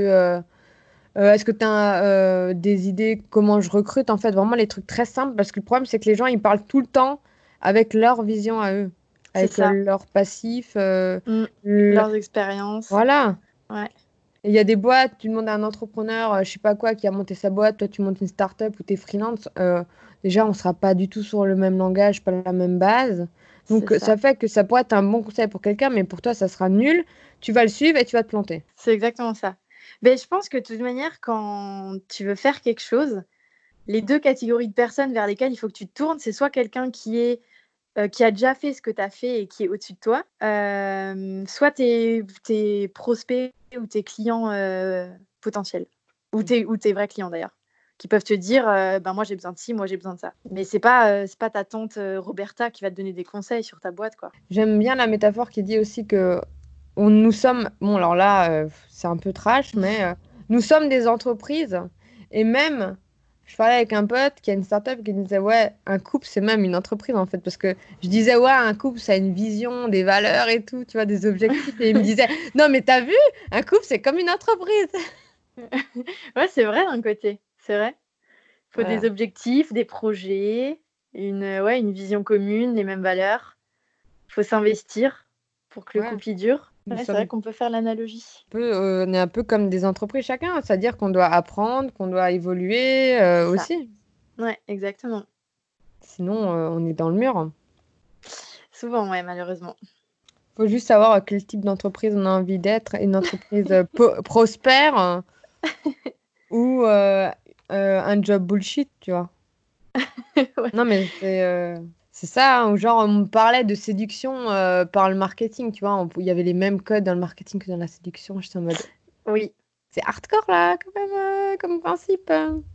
S1: est-ce que tu as des idées, comment je recrute, en fait, vraiment les trucs très simples, parce que le problème, c'est que les gens, ils parlent tout le temps avec leur vision à eux,
S2: C'est
S1: avec
S2: ça.
S1: leur passif,
S2: Mmh.
S1: le-
S2: Leurs expériences.
S1: voilà.
S2: Ouais,
S1: Et il y a des boîtes, tu demandes à un entrepreneur, je sais pas quoi, qui a monté sa boîte, toi tu montes une start-up ou tu es freelance, déjà on sera pas du tout sur le même langage, pas la même base.
S2: c'est
S1: Donc
S2: ça.
S1: ça fait que ça pourrait être un bon conseil pour quelqu'un, mais pour toi ça sera nul. Tu vas le suivre et tu vas te planter.
S2: C'est exactement ça. Mais je pense que de toute manière, quand tu veux faire quelque chose, les 2 catégories de personnes vers lesquelles il faut que tu te tournes, c'est soit quelqu'un qui est qui a déjà fait ce que tu as fait et qui est au-dessus de toi, soit tes prospects ou tes clients potentiels, ou tes vrais clients d'ailleurs, qui peuvent te dire ben moi j'ai besoin de ci, moi j'ai besoin de ça. Mais c'est pas ta tante Roberta qui va te donner des conseils sur ta boîte, quoi.
S1: J'aime bien la métaphore qui dit aussi que nous sommes, bon alors là c'est un peu trash, mais nous sommes des entreprises et même, je parlais avec un pote qui a une startup qui disait ouais, un couple c'est même une entreprise en fait, parce que je disais ouais, un couple ça a une vision, des valeurs et tout, tu vois, des objectifs, et il me disait non mais t'as vu, un couple c'est comme une entreprise.
S2: Ouais, c'est vrai d'un côté, c'est vrai. Il faut des
S1: Voilà.
S2: objectifs, des projets, une vision commune, les mêmes valeurs. Il faut s'investir pour que le
S1: Ouais,
S2: couple y dure.
S1: nous
S2: Ouais, c'est vrai
S1: sommes
S2: qu'on peut faire l'analogie.
S1: on est un peu comme des entreprises chacun, c'est-à-dire qu'on doit apprendre, qu'on doit évoluer
S2: C'est ça.
S1: aussi.
S2: Ouais, exactement.
S1: Sinon, on est dans le mur.
S2: Souvent, ouais, malheureusement.
S1: Faut juste savoir quel type d'entreprise on a envie d'être. Une entreprise prospère ou un job bullshit, tu vois.
S2: Ouais.
S1: Non, mais c'est ça, hein, genre, on me parlait de séduction par le marketing, tu vois. Il y avait les mêmes codes dans le marketing que dans la séduction. J'étais en mode,
S2: Oui.
S1: c'est hardcore là, quand même, comme principe.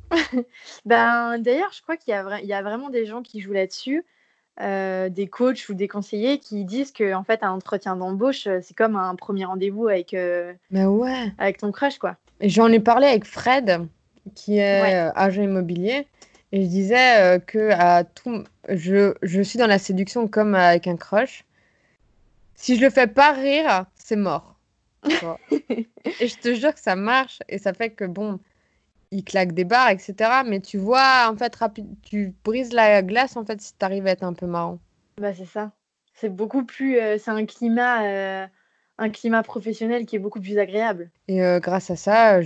S2: Ben, d'ailleurs, je crois il y a vraiment des gens qui jouent là-dessus, des coachs ou des conseillers qui disent que en fait, un entretien d'embauche, c'est comme un premier rendez-vous
S1: Mais ouais.
S2: avec ton crush, quoi.
S1: Et j'en ai parlé avec Fred, qui
S2: Ouais.
S1: est agent immobilier, et je disais que je suis dans la séduction comme avec un crush. Si je le fais pas rire, c'est mort. Tu vois. Et je te jure que ça marche, et ça fait que bon, il claque des barres, etc. Mais tu vois, en fait, tu brises la glace en fait si t'arrives à être un peu marrant.
S2: Bah, c'est ça. C'est beaucoup plus, c'est un climat professionnel qui est beaucoup plus agréable.
S1: Et grâce à ça,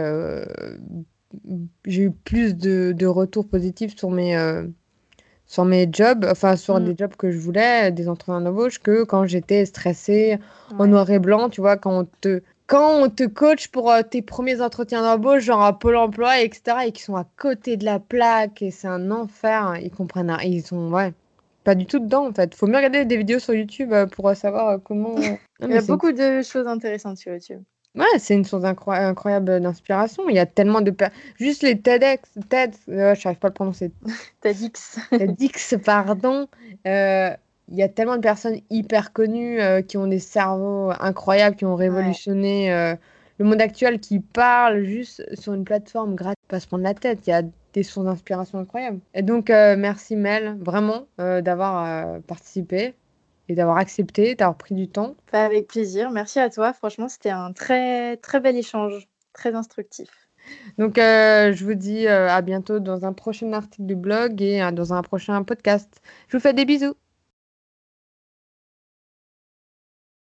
S1: j'ai eu plus de retours positifs sur mes jobs, enfin sur
S2: Mmh.
S1: des jobs que je voulais, des entretiens d'embauche, que quand j'étais stressée en
S2: Ouais.
S1: noir et blanc, tu vois, quand on te coach pour tes premiers entretiens d'embauche, genre à Pôle emploi, etc., et qui sont à côté de la plaque, et c'est un enfer, hein, ils comprennent rien, ils sont, ouais, pas du tout dedans, en fait. Faut mieux regarder des vidéos sur YouTube pour savoir comment... Non,
S2: Il y
S1: mais
S2: a beaucoup de choses intéressantes sur YouTube.
S1: ouais, c'est une source incroyable d'inspiration. Il y a tellement de... Juste les TEDx, je n'arrive pas à le prononcer.
S2: TEDx.
S1: TEDx, pardon. Euh, il y a tellement de personnes hyper connues qui ont des cerveaux incroyables, qui ont
S2: Ouais.
S1: révolutionné le monde actuel, qui parlent juste sur une plateforme gratuite, pas se prendre la tête. Il y a des sources d'inspiration incroyables. Et donc, merci Mel, vraiment, d'avoir participé et d'avoir accepté, d'avoir pris du temps.
S2: Bah, avec plaisir. Merci à toi. Franchement, c'était un très, très bel échange, très instructif.
S1: Donc, je vous dis à bientôt dans un prochain article du blog et dans un prochain podcast. Je vous fais des bisous.